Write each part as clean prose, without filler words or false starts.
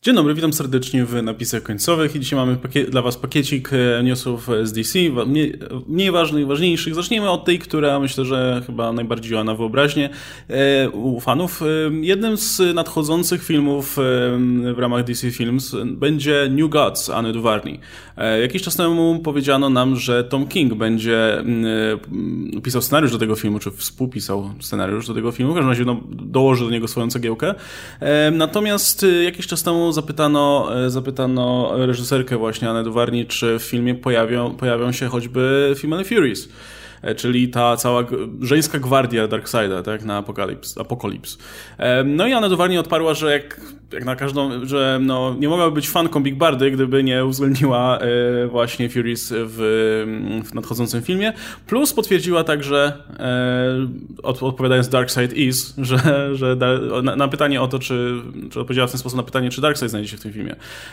Dzień dobry, witam serdecznie w napisach końcowych i dzisiaj mamy dla Was pakiecik newsów z DC, mniej ważnych, ważniejszych. Zacznijmy od tej, która myślę, że chyba najbardziej działa na wyobraźnię u fanów. Jednym z nadchodzących filmów w ramach DC Films będzie New Gods Anny Duvernay. Jakiś czas temu powiedziano nam, że Tom King będzie pisał scenariusz do tego filmu, czy współpisał scenariusz do tego filmu, w każdym razie dołoży do niego swoją cegiełkę. Natomiast jakiś czas temu zapytano reżyserkę właśnie Annę Duvernay, czy w filmie pojawią się choćby Female Furies, czyli ta cała żeńska gwardia Darkseida, tak, na Apokalips. No i Anna Duvernay odparła, że jak na każdą, że no, nie mogłaby być fanką Big Bardy, gdyby nie uwzględniła właśnie Furies w nadchodzącym filmie. Plus potwierdziła także, odpowiadając Darkseid is, że na pytanie o to, czy odpowiedziała w ten sposób na pytanie, czy Darkseid znajdzie się w tym filmie.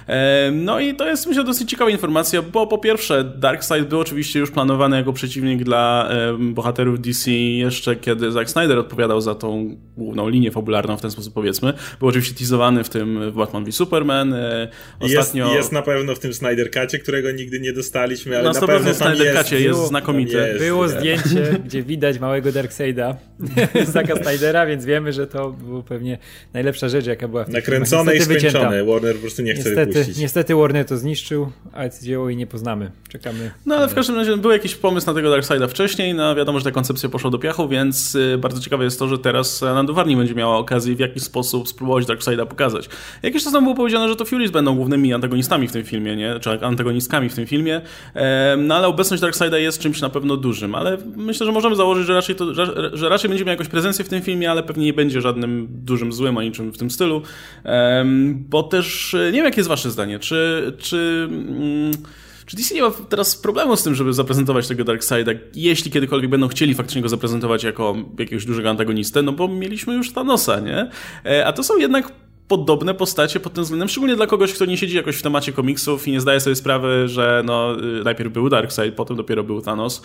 No i to jest, myślę, dosyć ciekawa informacja, bo po pierwsze Darkseid był oczywiście już planowany jako przeciwnik dla bohaterów DC jeszcze kiedy Zack Snyder odpowiadał za tą główną linię fabularną, w ten sposób powiedzmy. Był oczywiście teasowany w Batman v Superman. Ostatnio... Jest na pewno w tym Snyder Cutie, którego nigdy nie dostaliśmy, ale na pewno w Snyder Cutie jest znakomite. Było zdjęcie, gdzie widać małego Darkseida Zacka Snydera, więc wiemy, że to było pewnie najlepsza rzecz, jaka była w tym nakręcone i skończone. Warner po prostu nie chce wypuścić. Niestety Warner to zniszczył, ale dzieło i nie poznamy. Czekamy. No ale w każdym razie był jakiś pomysł na tego Darkseida wcześniej, no wiadomo, że ta koncepcja poszła do piachu, więc bardzo ciekawe jest to, że teraz Anna Duvernay będzie miała okazję w jakiś sposób spróbować Darkseida pokazać. Jakiś czas temu było powiedziane, że to Furies będą głównymi antagonistami w tym filmie, nie? Czy antagonistkami w tym filmie, no ale obecność Darkseida jest czymś na pewno dużym, ale myślę, że możemy założyć, że raczej będzie miał jakąś prezencję w tym filmie, ale pewnie nie będzie żadnym dużym złym, ani czym w tym stylu, bo też nie wiem, jakie jest wasze zdanie, czy DC nie ma teraz problemu z tym, żeby zaprezentować tego Darkseida, jeśli kiedykolwiek będą chcieli faktycznie go zaprezentować jako jakiegoś dużego antagonistę, no bo mieliśmy już Thanosa, nie? A to są jednak podobne postacie pod tym względem, szczególnie dla kogoś, kto nie siedzi jakoś w temacie komiksów i nie zdaje sobie sprawy, że no, najpierw był Darkseid, potem dopiero był Thanos.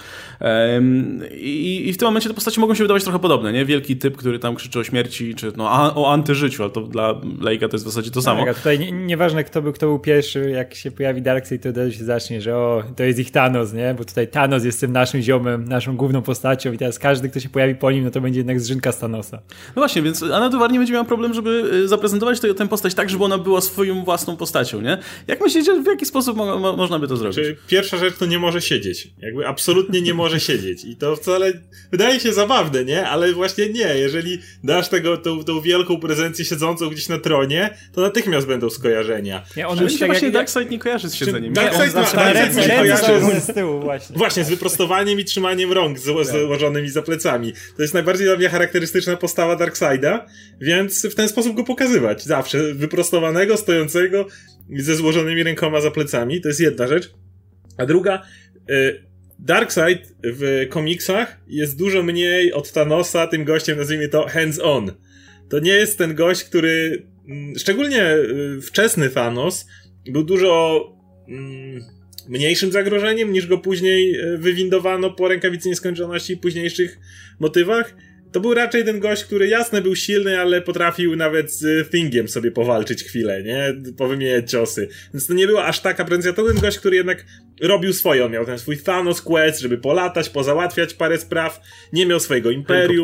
I w tym momencie te postacie mogą się wydawać trochę podobne, nie? Wielki typ, który tam krzyczy o śmierci, czy no, o antyżyciu, ale to dla laika to jest w zasadzie to samo. Tak, a tutaj nieważne kto był pierwszy, jak się pojawi Darkseid, to od razu się zacznie, że to jest ich Thanos, nie? Bo tutaj Thanos jest tym naszym ziomem, naszą główną postacią i teraz każdy, kto się pojawi po nim, no to będzie jednak zżynka z Thanosa. No właśnie, więc Anna Duvernay będzie miała problem, żeby zaprezentować tę postać tak, żeby ona była swoją własną postacią, nie? Jak myślicie, w jaki sposób można by to zrobić? Czyli pierwsza rzecz to nie może siedzieć. Jakby absolutnie nie może siedzieć. I to wcale wydaje się zabawne, nie? Ale właśnie nie. Jeżeli dasz tą wielką prezencję siedzącą gdzieś na tronie, to natychmiast będą skojarzenia. Nie, on już właśnie Darkseid nie kojarzy z siedzeniem. Darkseid ręce kojarzy z tyłu właśnie. Właśnie, z wyprostowaniem i trzymaniem rąk złożonymi za plecami. To jest najbardziej dla mnie charakterystyczna postawa Darkseida, więc w ten sposób go pokazywać. Zawsze wyprostowanego, stojącego ze złożonymi rękoma za plecami. To jest jedna rzecz. A druga, Darkseid w komiksach jest dużo mniej od Thanosa, tym gościem, nazwijmy to hands-on. To nie jest ten gość, który, szczególnie wczesny Thanos, był dużo mniejszym zagrożeniem, niż go później wywindowano po Rękawicy Nieskończoności i późniejszych motywach. To był raczej ten gość, który jasne był silny, ale potrafił nawet z Thingiem sobie powalczyć chwilę, nie? Powymieniać ciosy. Więc to nie była aż taka prezencja. To ten gość, który jednak robił swoje. On miał ten swój Thanos quest, żeby polatać, pozałatwiać parę spraw. Nie miał swojego imperium.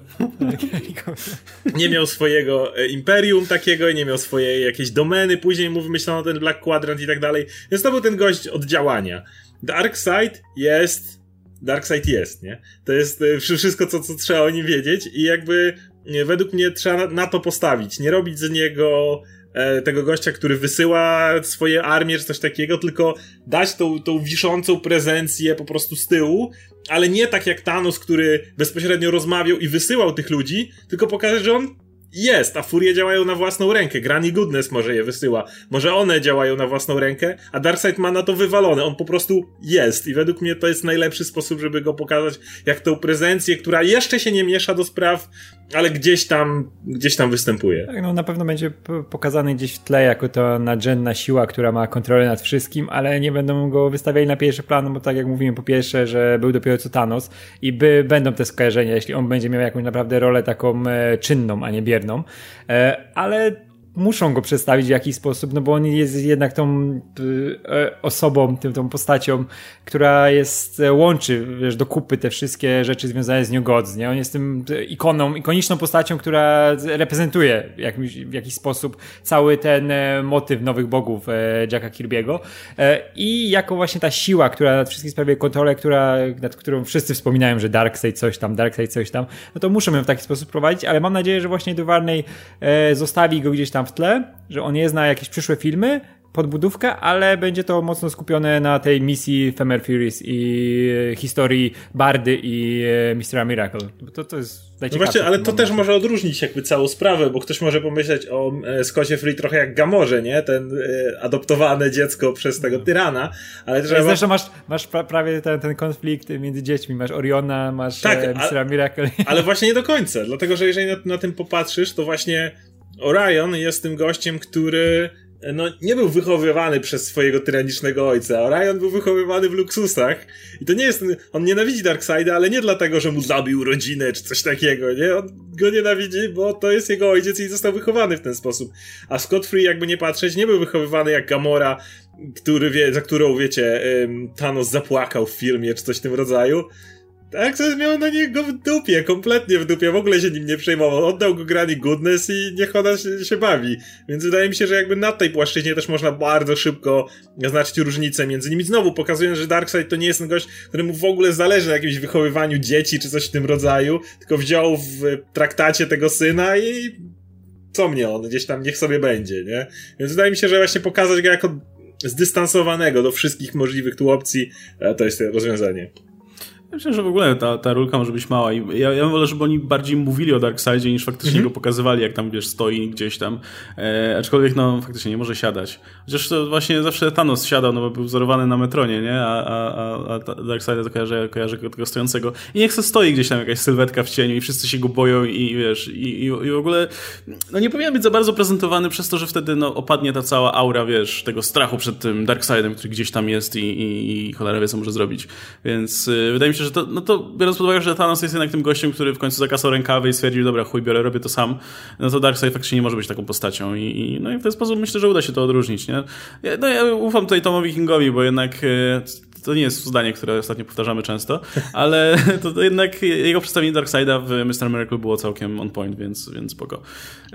Nie miał swojego imperium takiego, nie miał swojej jakiejś domeny. Później mu wymyślono ten Black Quadrant i tak dalej. Więc to był ten gość od działania. Darkseid jest, nie? To jest wszystko, co trzeba o nim wiedzieć i jakby według mnie trzeba na to postawić. Nie robić z niego tego gościa, który wysyła swoje armie czy coś takiego, tylko dać tą wiszącą prezencję po prostu z tyłu, ale nie tak jak Thanos, który bezpośrednio rozmawiał i wysyłał tych ludzi, tylko pokazać, że on jest, a furie działają na własną rękę. Granny Goodness może je wysyła. Może one działają na własną rękę, a Darkseid ma na to wywalone. On po prostu jest. I według mnie to jest najlepszy sposób, żeby go pokazać, jak tą prezencję, która jeszcze się nie miesza do spraw, ale gdzieś tam występuje. Tak, no na pewno będzie pokazany gdzieś w tle jako to nadrzędna siła, która ma kontrolę nad wszystkim, ale nie będą go wystawiali na pierwszy plan, bo tak jak mówiłem po pierwsze, że był dopiero co Thanos i będą te skojarzenia, jeśli on będzie miał jakąś naprawdę rolę taką czynną, a nie bierną. Ale muszą go przedstawić w jakiś sposób, no bo on jest jednak tą osobą, tą postacią, która łączy, wiesz, do kupy te wszystkie rzeczy związane z New Gods, nie? On jest tym ikoniczną postacią, która reprezentuje w jakiś sposób cały ten motyw Nowych Bogów Jacka Kirby'ego i jako właśnie ta siła, która nad wszystkim sprawuje kontrolę, nad którą wszyscy wspominają, że Darkseid coś tam, no to muszą ją w taki sposób prowadzić, ale mam nadzieję, że właśnie Duvarney zostawi go gdzieś tam w tle, że on jest na jakieś przyszłe filmy, podbudówkę, ale będzie to mocno skupione na tej misji Femer Furies i historii Bardy i Mr. Miracle. To jest no właśnie, ale to też może odróżnić jakby całą sprawę, bo ktoś może pomyśleć o Scottie Free trochę jak Gamorze, nie? Ten adoptowane dziecko przez tego tyrana, ale trzeba... Zresztą masz prawie ten konflikt między dziećmi. Masz Oriona, masz Mr. Miracle. Ale właśnie nie do końca, dlatego że jeżeli na tym popatrzysz, to właśnie Orion jest tym gościem, który nie był wychowywany przez swojego tyranicznego ojca. Orion był wychowywany w luksusach i to nie jest... On nienawidzi Darkseida, ale nie dlatego, że mu zabił rodzinę czy coś takiego, nie? On go nienawidzi, bo to jest jego ojciec i został wychowany w ten sposób. A Scott Free, jakby nie patrzeć, nie był wychowywany jak Gamora, za którą, wiecie, Thanos zapłakał w filmie czy coś w tym rodzaju. Tak, coś miał na niego w dupie, kompletnie w dupie, w ogóle się nim nie przejmował. Oddał go Granny Goodness i niech ona się bawi. Więc wydaje mi się, że jakby na tej płaszczyźnie też można bardzo szybko zaznaczyć różnicę między nimi. Znowu pokazując, że Darkseid to nie jest ten gość, któremu w ogóle zależy na jakimś wychowywaniu dzieci czy coś w tym rodzaju, tylko wziął w traktacie tego syna i co mnie on, gdzieś tam niech sobie będzie, nie? Więc wydaje mi się, że właśnie pokazać go jako zdystansowanego do wszystkich możliwych tu opcji, to jest rozwiązanie. Ja myślę, że w ogóle ta rulka może być mała i ja wolę, żeby oni bardziej mówili o Darkseidzie niż faktycznie go pokazywali, jak tam, wiesz, stoi gdzieś tam. Aczkolwiek, faktycznie nie może siadać. Chociaż to właśnie zawsze Thanos siadał, bo był wzorowany na Metronie, nie? A Darkseida to kojarzę tego stojącego. I niech se stoi gdzieś tam jakaś sylwetka w cieniu i wszyscy się go boją i wiesz, i w ogóle nie powinien być za bardzo prezentowany przez to, że wtedy opadnie ta cała aura, wiesz, tego strachu przed tym Darkseidem, który gdzieś tam jest i cholera wie, co może zrobić. Więc wydaje mi się, że to biorąc pod uwagę, że Thanos jest jednak tym gościem, który w końcu zakasał rękawy i stwierdził, dobra, chuj, robię to sam, to Darkseid faktycznie nie może być taką postacią i w ten sposób myślę, że uda się to odróżnić, nie? Ja ufam tutaj Tomowi Kingowi, bo jednak to nie jest zdanie, które ostatnio powtarzamy często, ale to jednak jego przedstawienie Darkseida w Mr. Miracle było całkiem on point, więc spoko.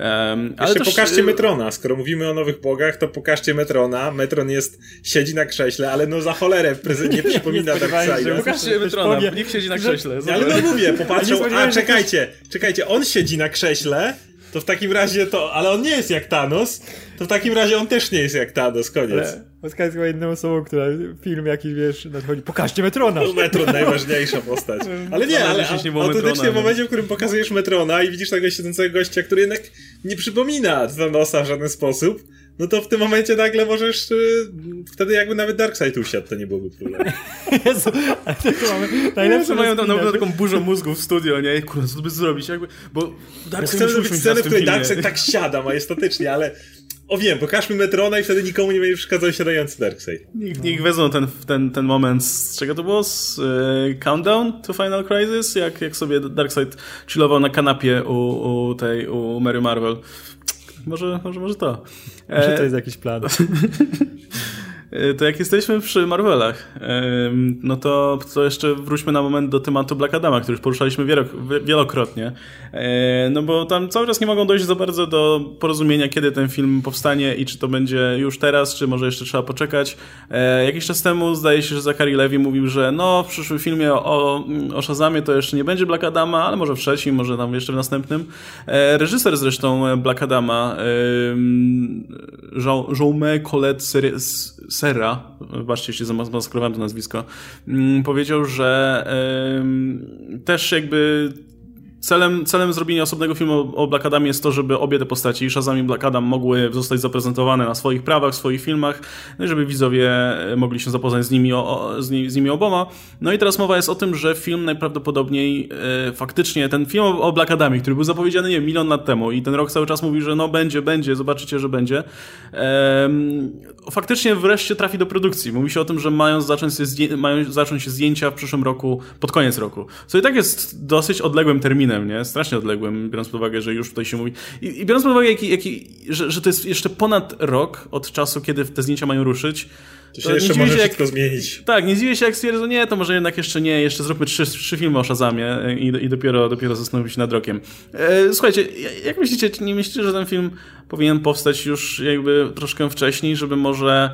Ale też pokażcie Metrona. Skoro mówimy o nowych bogach, to pokażcie Metrona. Metron siedzi na krześle, ale za cholerę nie przypomina Darkseida. Pokażcie Metrona, niech siedzi na krześle. Ale mówię, popatrzą, czekajcie, on siedzi na krześle, to w takim razie ale on nie jest jak Thanos, to w takim razie on też nie jest jak Thanos, koniec. Oskar jest chyba jedną osobą, która film jakiś, wiesz, nadchodzi, pokażcie Metrona. Metron najważniejsza postać. Ale nie, autentycznie w momencie, w którym pokazujesz Metrona i widzisz tego siedzącego gościa, który jednak nie przypomina Thanosa w żaden sposób, to w tym momencie nagle możesz, wtedy jakby nawet Darkseid usiadł, to nie byłoby problemu. Jezu, ale to mamy najlepsze mają tam taką burzę mózgu w studio, nie? Kurwa, co by zrobić? Bo Darkseid chcemy zrobić scenę, w której Darkseid tak siada majestatycznie, ale pokażmy Metrona i wtedy nikomu nie będzie przeszkadzał siadający Darkseid. Niech wezmą ten moment, z czego to było? Z Countdown to Final Crisis? Jak sobie Darkseid chillował na kanapie u Mary Marvel. Może to. Może to jest jakiś plan. To jak jesteśmy przy Marvelach, to jeszcze wróćmy na moment do tematu Black Adama, który już poruszaliśmy wielokrotnie. Bo tam cały czas nie mogą dojść za bardzo do porozumienia, kiedy ten film powstanie i czy to będzie już teraz, czy może jeszcze trzeba poczekać. Jakiś czas temu zdaje się, że Zachary Levi mówił, że w przyszłym filmie o Shazamie to jeszcze nie będzie Black Adama, ale może w trzecim, może tam jeszcze w następnym. Reżyser zresztą Black Adama, Jaume Colette Serra, wybaczcie, jeśli zamaskrowałem to nazwisko, powiedział, że też jakby celem zrobienia osobnego filmu o Black Adamie jest to, żeby obie te postaci, i Shazam i Black Adam, mogły zostać zaprezentowane na swoich prawach, w swoich filmach, i żeby widzowie mogli się zapoznać z nimi oboma. I teraz mowa jest o tym, że film najprawdopodobniej faktycznie, ten film o Black Adamie, który był zapowiedziany, 1 milion lat temu i ten rok cały czas mówi, że będzie, zobaczycie, że będzie. Faktycznie wreszcie trafi do produkcji. Mówi się o tym, że mają zacząć się zdjęcia w przyszłym roku, pod koniec roku. Co i tak jest dosyć odległym terminem, Wolverinem, nie? Strasznie odległym, biorąc pod uwagę, że już tutaj się mówi. I biorąc pod uwagę, że to jest jeszcze ponad rok od czasu, kiedy te zdjęcia mają ruszyć. To się jeszcze może wszystko zmienić. Tak, nie dziwię się, jak stwierdzą, nie, to może jednak jeszcze nie, jeszcze zróbmy trzy filmy o Shazamie i dopiero zastanowić się nad rokiem. Słuchajcie, jak myślicie, nie myślicie, że ten film powinien powstać już jakby troszkę wcześniej, żeby może...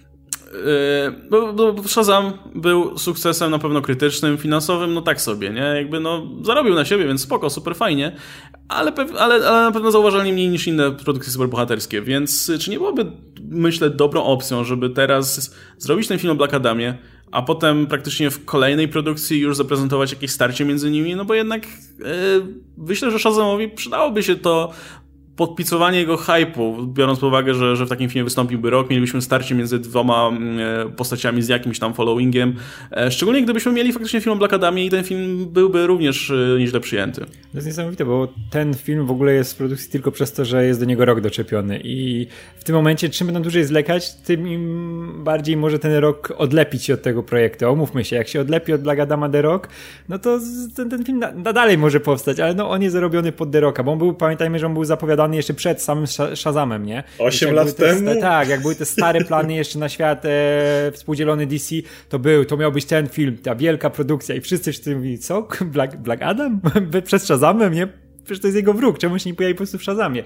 Bo Shazam był sukcesem na pewno krytycznym, finansowym, no tak sobie, nie? Jakby zarobił na siebie, więc spoko, super fajnie, ale na pewno zauważalnie mniej niż inne produkcje superbohaterskie, więc czy nie byłoby, myślę, dobrą opcją, żeby teraz zrobić ten film o Black Adamie, a potem praktycznie w kolejnej produkcji już zaprezentować jakieś starcie między nimi, no bo jednak myślę, że Shazamowi przydałoby się to podpicowanie jego hype'u, biorąc pod uwagę, że w takim filmie wystąpiłby rok, mielibyśmy starcie między dwoma postaciami z jakimś tam followingiem. Szczególnie gdybyśmy mieli faktycznie film o Black Adamie i ten film byłby również nieźle przyjęty. To jest niesamowite, bo ten film w ogóle jest w produkcji tylko przez to, że jest do niego rok doczepiony i w tym momencie czym będą dłużej zlekać, tym im bardziej może ten rok odlepić się od tego projektu. Umówmy się, jak się odlepi od Black Adama The Rock, no to ten film dalej może powstać, ale on jest zarobiony pod The Rocka, bo pamiętajmy, że on był zapowiadany jeszcze przed samym Shazamem, nie? 8 lat temu? Tak, jak były te stare plany jeszcze na świat współdzielony DC, to miał być ten film, ta wielka produkcja i wszyscy mówili, co? Black Adam? Przed Shazamem, nie? Przecież to jest jego wróg, czemu się nie pojawi po prostu w Shazamie?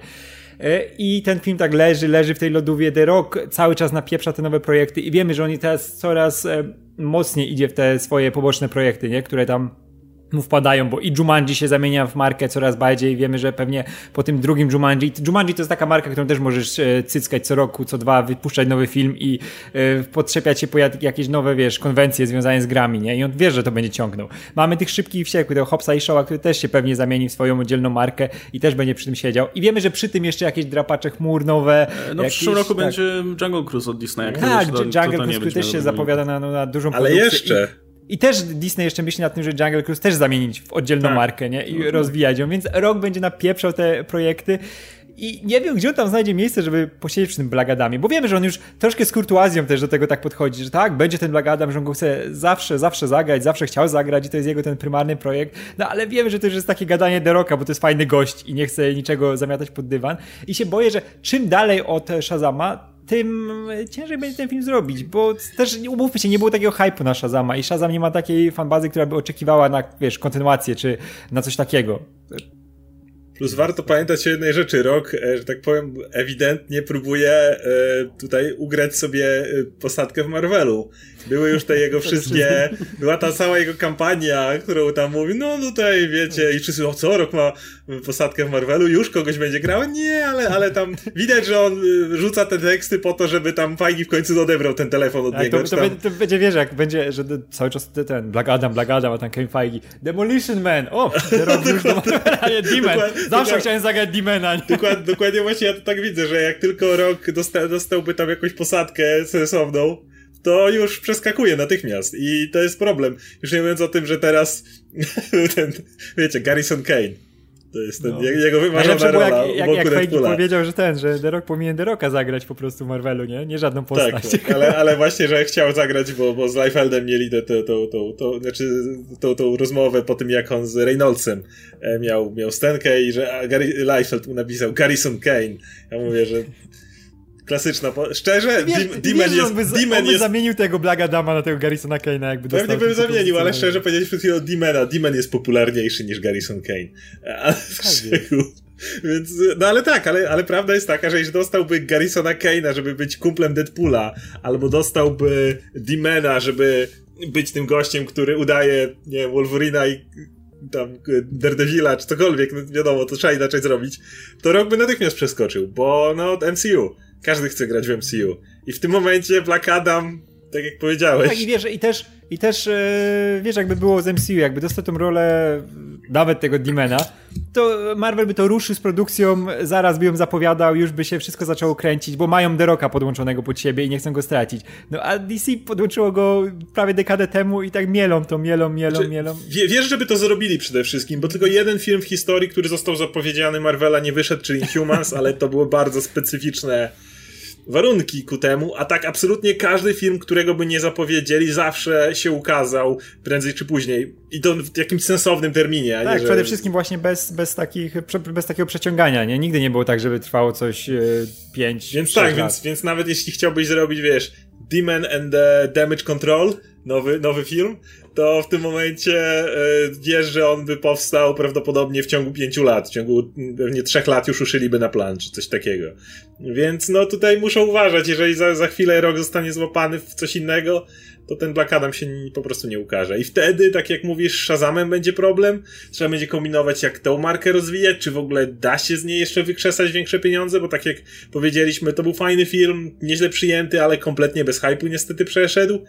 I ten film tak leży w tej lodówie. The Rock cały czas napieprza te nowe projekty i wiemy, że on teraz coraz mocniej idzie w te swoje poboczne projekty, nie? Które tam mu wpadają, bo i Jumanji się zamienia w markę coraz bardziej. Wiemy, że pewnie po tym drugim Jumanji to jest taka marka, którą też możesz cyckać co roku, co dwa, wypuszczać nowy film i podszepiać się po jakieś nowe, konwencje związane z grami, nie? I on wie, że to będzie ciągnął. Mamy tych szybkich i wściekłych, tego Hobbsa i Shawa, który też się pewnie zamieni w swoją oddzielną markę i też będzie przy tym siedział. I wiemy, że przy tym jeszcze jakieś drapacze chmur nowe. W przyszłym roku będzie Jungle Cruise od Disneya. Tak, Jungle Cruise, który też się zapowiada na dużą produkcję. Ale jeszcze... I też Disney jeszcze myśli nad tym, że Jungle Cruise też zamienić w oddzielną markę, nie? I rozwijać ją, więc rok będzie napieprzał te projekty i nie wiem, gdzie on tam znajdzie miejsce, żeby posiedzieć przy tym Black Adamie, bo wiemy, że on już troszkę z kurtuazją też do tego tak podchodzi, że tak, będzie ten Black Adam, że on go chce zawsze zagrać, zawsze chciał zagrać i to jest jego ten prymarny projekt, no ale wiemy, że to już jest takie gadanie The Rocka, bo to jest fajny gość i nie chce niczego zamiatać pod dywan i się boję, że czym dalej od Shazama, tym ciężej będzie ten film zrobić, bo też, umówmy się, nie było takiego hype'u na Shazama i Shazam nie ma takiej fanbazy, która by oczekiwała na, kontynuację, czy na coś takiego. Plus warto pamiętać o jednej rzeczy. Rock, że tak powiem, ewidentnie próbuje tutaj ugrać sobie posadkę w Marvelu. Były już te jego wszystkie... Była ta cała jego kampania, którą tam mówi, no tutaj wiecie, i wszyscy, co, Rock ma posadkę w Marvelu, już kogoś będzie grał? Nie, ale tam widać, że on rzuca te teksty po to, żeby tam Feige w końcu odebrał ten telefon od niego. To będzie, jak będzie, że cały czas ten Black Adam, a tam Kevin Feige. Demolition Man! O! Rock już D-Man! Zawsze chciałem zagrać D-Mana. Dokładnie właśnie ja to tak widzę, że jak tylko Rock dostałby tam jakąś posadkę sensowną, to już przeskakuje natychmiast i to jest problem. Już nie mówiąc o tym, że teraz ten, wiecie, Garrison Kane. To jest ten, jego wymarzona rola jak Feige powiedział, że The Rock powinien The Rocka zagrać po prostu w Marvelu, nie żadną postać. Tak, ale właśnie, że chciał zagrać, bo z Liefeldem mieli tą rozmowę po tym, jak on z Reynoldsem miał scenkę i że Liefeld mu napisał Garrison Kane. Ja mówię, że klasyczna, szczerze, Demon jest... zamienił tego Black Adama na tego Garrisona Kane'a, jakby dostał. Pewnie bym zamienił, ale szczerze powiedzieć przed chwilą Demon jest popularniejszy niż Garrison Kane. Więc, no ale tak, ale prawda jest taka, że jeśli dostałby Garrisona Kane'a, żeby być kumplem Deadpoola, albo dostałby Demona, żeby być tym gościem, który udaje, nie wiem, Wolverina i tam Daredevila, czy cokolwiek, no wiadomo, to trzeba inaczej zrobić, to Rock by natychmiast przeskoczył, bo MCU. Każdy chce grać w MCU. I w tym momencie Black Adam, tak jak powiedziałeś... Tak, i też wiesz, jakby było z MCU, jakby dostał tą rolę nawet tego Demona, to Marvel by to ruszył z produkcją, zaraz by ją zapowiadał, już by się wszystko zaczęło kręcić, bo mają The Rocka podłączonego pod siebie i nie chcą go stracić. No a DC podłączyło go prawie dekadę temu i tak mielą. Wiesz, żeby to zrobili przede wszystkim, bo tylko jeden film w historii, który został zapowiedziany Marvela nie wyszedł, czyli Inhumans, ale to było bardzo specyficzne warunki ku temu, a tak absolutnie każdy film, którego by nie zapowiedzieli, zawsze się ukazał prędzej czy później. I to w jakimś sensownym terminie. A tak, nie, że... przede wszystkim właśnie bez takiego przeciągania, nie? Nigdy nie było tak, żeby trwało coś 5 Więc tak, lat. więc nawet jeśli chciałbyś zrobić, wiesz, Demon and the Damage Control, nowy film, to w tym momencie wiesz, że on by powstał prawdopodobnie w ciągu 5 lat. W ciągu pewnie 3 lat już ruszyliby na plan, czy coś takiego. Więc no tutaj muszą uważać, jeżeli za chwilę rok zostanie złapany w coś innego, to ten Black Adam się po prostu nie ukaże. I wtedy, tak jak mówisz, z Shazamem będzie problem. Trzeba będzie kombinować, jak tę markę rozwijać, czy w ogóle da się z niej jeszcze wykrzesać większe pieniądze, bo tak jak powiedzieliśmy, to był fajny film, nieźle przyjęty, ale kompletnie bez hype'u niestety przeszedł.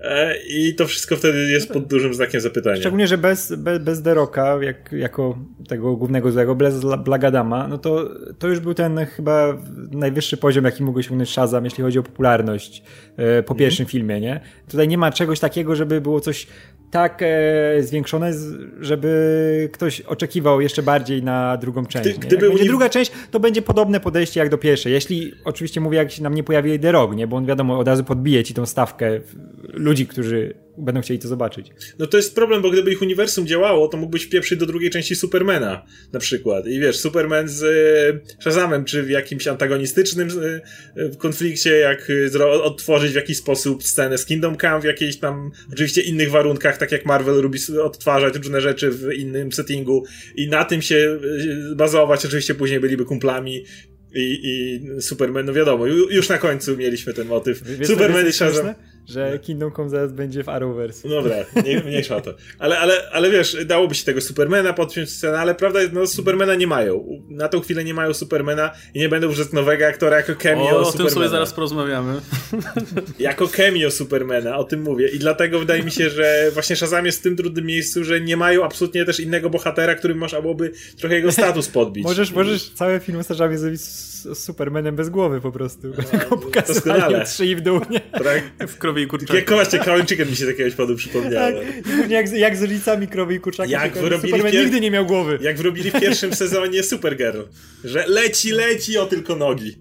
I to wszystko wtedy jest pod dużym znakiem zapytania. Szczególnie, że bez The Rocka, jako tego głównego złego, bez Black Adama, no to już był ten chyba najwyższy poziom, jaki mógł osiągnąć Shazam, jeśli chodzi o popularność po pierwszym filmie, nie? Tutaj nie ma czegoś takiego, żeby było coś tak zwiększone, żeby ktoś oczekiwał jeszcze bardziej na drugą część. Jak będzie druga część, to będzie podobne podejście jak do pierwszej. Jeśli, oczywiście mówię, jak się nam nie pojawi The Rock, nie? Bo on wiadomo, od razu podbije ci tą stawkę ludzi, którzy będą chcieli to zobaczyć. No to jest problem, bo gdyby ich uniwersum działało, to mógłbyś wpieprzyć do drugiej części Supermana na przykład. I wiesz, Superman z Shazamem, czy w jakimś antagonistycznym konflikcie, jak odtworzyć w jakiś sposób scenę z Kingdom Come w jakichś tam oczywiście innych warunkach, tak jak Marvel lubi odtwarzać różne rzeczy w innym settingu i na tym się bazować. Oczywiście później byliby kumplami i Superman, no wiadomo, już na końcu mieliśmy ten motyw. Superman i Shazam. Że Kingdom Come zaraz będzie w Arrowverse. No dobra, mniejsza o to. Ale wiesz, dałoby się tego Supermana podpiąć scenę, ale prawda jest, no Supermana nie mają. Na tą chwilę nie mają Supermana i nie będą użyć nowego aktora jako cameo Supermana. O tym sobie zaraz porozmawiamy. Jako cameo Supermana, o tym mówię. I dlatego wydaje mi się, że właśnie Shazam jest w tym trudnym miejscu, że nie mają absolutnie też innego bohatera, którym można byłoby trochę jego status podbić. Możesz cały film o Shazamie zrobić z Supermanem bez głowy po prostu. Go pokazali od szyi w dół, nie? Tak? W krowie i kurczaku. Jak właśnie Cow & Chicken mi się takiegoś powodu przypomniało. Tak, jak z rodzicami krowy i kurczaka. Superman nigdy nie miał głowy. Jak wrobili w pierwszym sezonie Supergirl, że leci, o tylko nogi.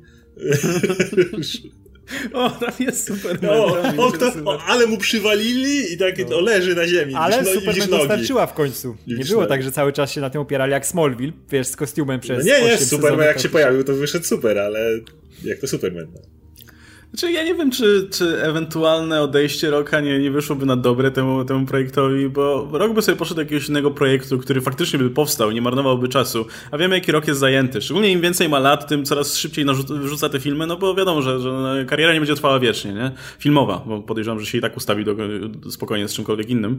O, tam jest Superman. Ale mu przywalili i tak leży na ziemi. Ale Superman dostarczyła w końcu. Nie było tak, że cały czas się na tym opierali jak Smallville, wiesz, z kostiumem przez nie, Superman jak się pojawił, to wyszedł super, ale jak to Superman? Znaczy, ja nie wiem, czy ewentualne odejście Rocka nie wyszłoby na dobre temu projektowi, bo Rock by sobie poszedł do jakiegoś innego projektu, który faktycznie by powstał, nie marnowałby czasu. A wiemy, jaki Rock jest zajęty. Szczególnie im więcej ma lat, tym coraz szybciej wrzuca te filmy, no bo wiadomo, że kariera nie będzie trwała wiecznie, nie? Filmowa, bo podejrzewam, że się i tak ustawi spokojnie z czymkolwiek innym.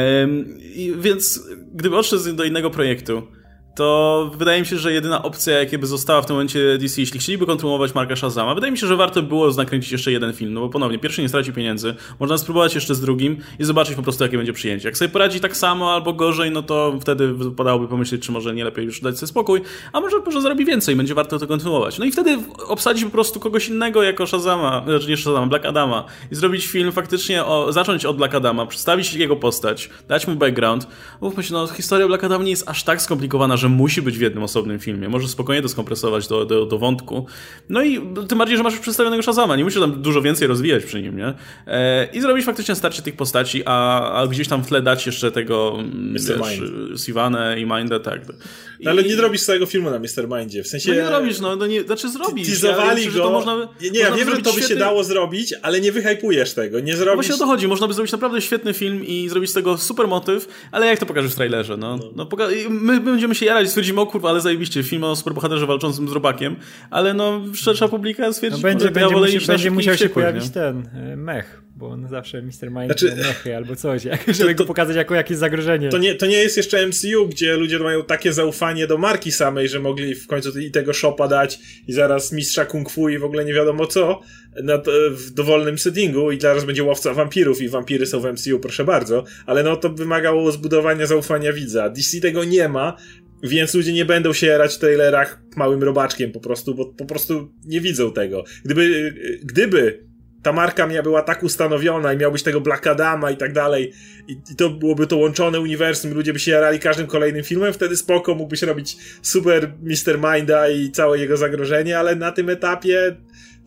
Więc gdyby odszedł do innego projektu, to wydaje mi się, że jedyna opcja, jaka by została w tym momencie DC, jeśli chcieliby kontynuować markę Shazama, wydaje mi się, że warto było nakręcić jeszcze jeden film, no bo ponownie, pierwszy nie straci pieniędzy, można spróbować jeszcze z drugim i zobaczyć po prostu, jakie będzie przyjęcie. Jak sobie poradzi tak samo albo gorzej, no to wtedy wypadałoby pomyśleć, czy może nie lepiej już dać sobie spokój, a może zarobi więcej, będzie warto to kontynuować. No i wtedy obsadzić po prostu kogoś innego jako Shazama, znaczy nie Shazama, Black Adama i zrobić film faktycznie, zacząć od Black Adama, przedstawić jego postać, dać mu background. Mówmy się, no historia Black Adama nie jest aż tak skomplikowana, że musi być w jednym osobnym filmie. Możesz spokojnie to skompresować do wątku. No i tym bardziej, że masz już przedstawionego Shazama. Nie musisz tam dużo więcej rozwijać przy nim, nie? I zrobić faktycznie starcie tych postaci, a gdzieś tam w tle dać jeszcze tego Sivanę i Mindę, tak. Ale nie zrobisz całego filmu na Mr. Mindzie. W sensie... No nie robisz, znaczy zrobisz. Teasowali go. Ja wiem, że to by się dało zrobić, ale nie wyhypujesz tego. Nie zrobisz... No właśnie o to chodzi. Można by zrobić naprawdę świetny film i zrobić z tego super motyw, ale jak to pokażesz w trailerze? My będziemy się jarać, stwierdzimy, o kurwa, ale zajebiście, film o superbohaterze walczącym z robakiem, ale szersza publika stwierdzi, będzie musiał się pojawić ten mech, bo on zawsze Mr. Mind mechy albo coś, żeby go pokazać jako jakieś zagrożenie. To nie jest jeszcze MCU, gdzie ludzie mają takie zaufanie do marki samej, że mogli w końcu i tego shopa dać i zaraz mistrza kung fu i w ogóle nie wiadomo co w dowolnym settingu i zaraz będzie łowca wampirów i wampiry są w MCU, proszę bardzo, ale to wymagało zbudowania zaufania widza. DC tego nie ma, więc ludzie nie będą się jarać w trailerach małym robaczkiem po prostu, bo po prostu nie widzą tego. Gdyby ta marka była tak ustanowiona i miałbyś tego Black Adama i tak dalej i to byłoby to łączone uniwersum, ludzie by się jarali każdym kolejnym filmem, wtedy spoko, mógłbyś robić super Mr. Minda i całe jego zagrożenie, ale na tym etapie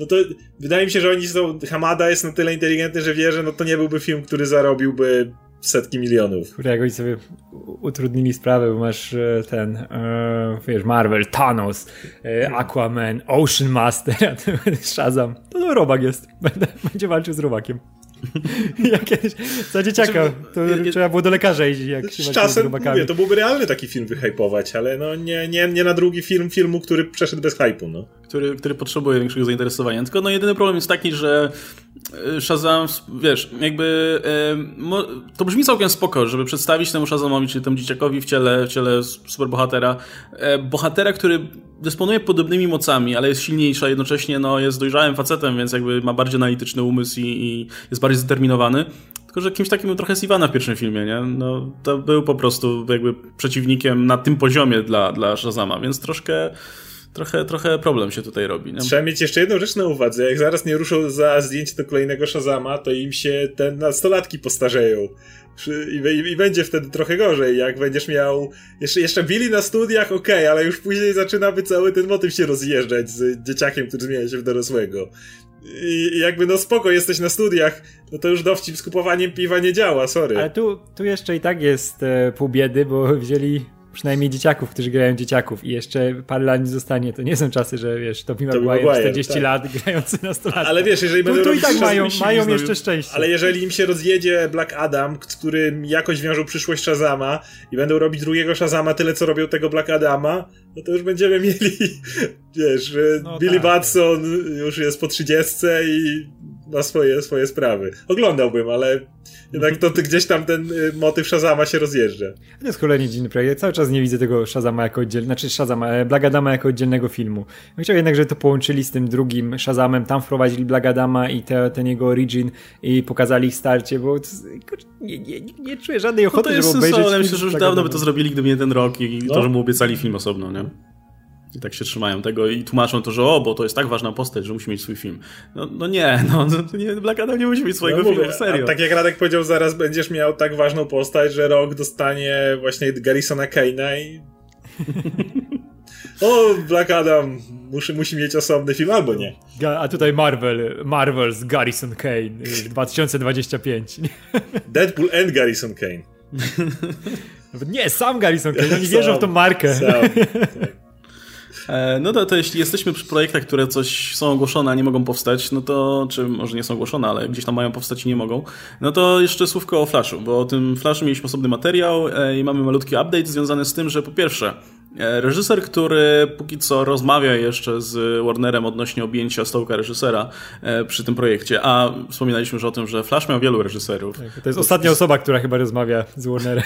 no to wydaje mi się, że Hamada jest na tyle inteligentny, że wie, że no to nie byłby film, który zarobiłby setki milionów. Kurde, jak oni sobie utrudnili sprawę, bo masz wiesz, Marvel, Thanos, Aquaman, Ocean Master, a ten Shazam. To robak jest. Będzie walczył z robakiem. Jak kiedyś za dzieciaka, to trzeba było do lekarza iść, jak się z czasem, mówię, to byłby realny taki film wyhypować, ale no nie na drugi filmu, który przeszedł bez hypu, no. Który potrzebuje większego zainteresowania. Tylko no jedyny problem jest taki, że Shazam, wiesz, jakby to brzmi całkiem spoko, żeby przedstawić temu Shazamowi, czyli temu dzieciakowi w ciele superbohatera, bohatera, który dysponuje podobnymi mocami, ale jest silniejszy, a jednocześnie no, jest dojrzałym facetem, więc jakby ma bardziej analityczny umysł i jest bardziej zdeterminowany. Tylko, że kimś takim był trochę Sivana w pierwszym filmie, nie? No, to był po prostu jakby przeciwnikiem na tym poziomie dla Shazama, więc trochę problem się tutaj robi. Nie? Trzeba mieć jeszcze jedną rzecz na uwadze. Jak zaraz nie ruszą za zdjęcie do kolejnego Shazama, to im się te nastolatki postarzeją. I będzie wtedy trochę gorzej. Jak będziesz miał... Jeszcze Billy na studiach, okej, ale już później zaczyna by cały ten motyw się rozjeżdżać z dzieciakiem, który zmienia się w dorosłego. I jakby no spoko, jesteś na studiach, no to już dowcip z kupowaniem piwa nie działa, sorry. Ale tu jeszcze i tak jest pół biedy, bo wzięli przynajmniej dzieciaków, którzy grają dzieciaków i jeszcze parę lat nie zostanie. To nie są czasy, że wiesz, to Maguire 40 lat grający na 100 lat. Ale wiesz, jeżeli będą tu i tak mają jeszcze szczęście. Ale jeżeli im się rozjedzie Black Adam, z którym jakoś wiążą przyszłość Shazama i będą robić drugiego Shazama tyle, co robią tego Black Adama, no to już będziemy mieli, wiesz, no Billy Batson już jest po 30 i ma swoje sprawy. Oglądałbym, ale jednak to gdzieś tam ten motyw Shazama się rozjeżdża. To jest kolejny dziwny projekt. Cały czas nie widzę tego Shazama jako Black Adama jako oddzielnego filmu. Ja chciałem jednak, żeby to połączyli z tym drugim Shazamem, tam wprowadzili Black Adama i ten jego origin i pokazali ich starcie, bo nie czuję żadnej ochoty, żeby obejrzeć film. Myślę, że już dawno by to zrobili, gdyby nie ten rok i to, że mu obiecali film osobno, nie? I tak się trzymają tego i tłumaczą to, że bo to jest tak ważna postać, że musi mieć swój film. No nie, Black Adam nie musi mieć swojego filmu, serio. Tak jak Radek powiedział, zaraz będziesz miał tak ważną postać, że Rock dostanie właśnie Garrisona Kane'a i... Black Adam musi mieć osobny film, albo nie. A tutaj Marvel's Garrison Kane 2025. Deadpool and Garrison Kane. Nie, sam Garrison Kane, oni wierzą w tą markę. Tak. No to jeśli jesteśmy przy projektach, które coś są ogłoszone, a nie mogą powstać, no to, czy może nie są ogłoszone, ale gdzieś tam mają powstać i nie mogą, no to jeszcze słówko o Flashu, bo o tym Flashu mieliśmy osobny materiał i mamy malutki update związany z tym, że po pierwsze, reżyser, który póki co rozmawia jeszcze z Warnerem odnośnie objęcia stołka reżysera przy tym projekcie, a wspominaliśmy już o tym, że Flash miał wielu reżyserów. Tak, to jest ostatnia osoba, która chyba rozmawia z Warnerem.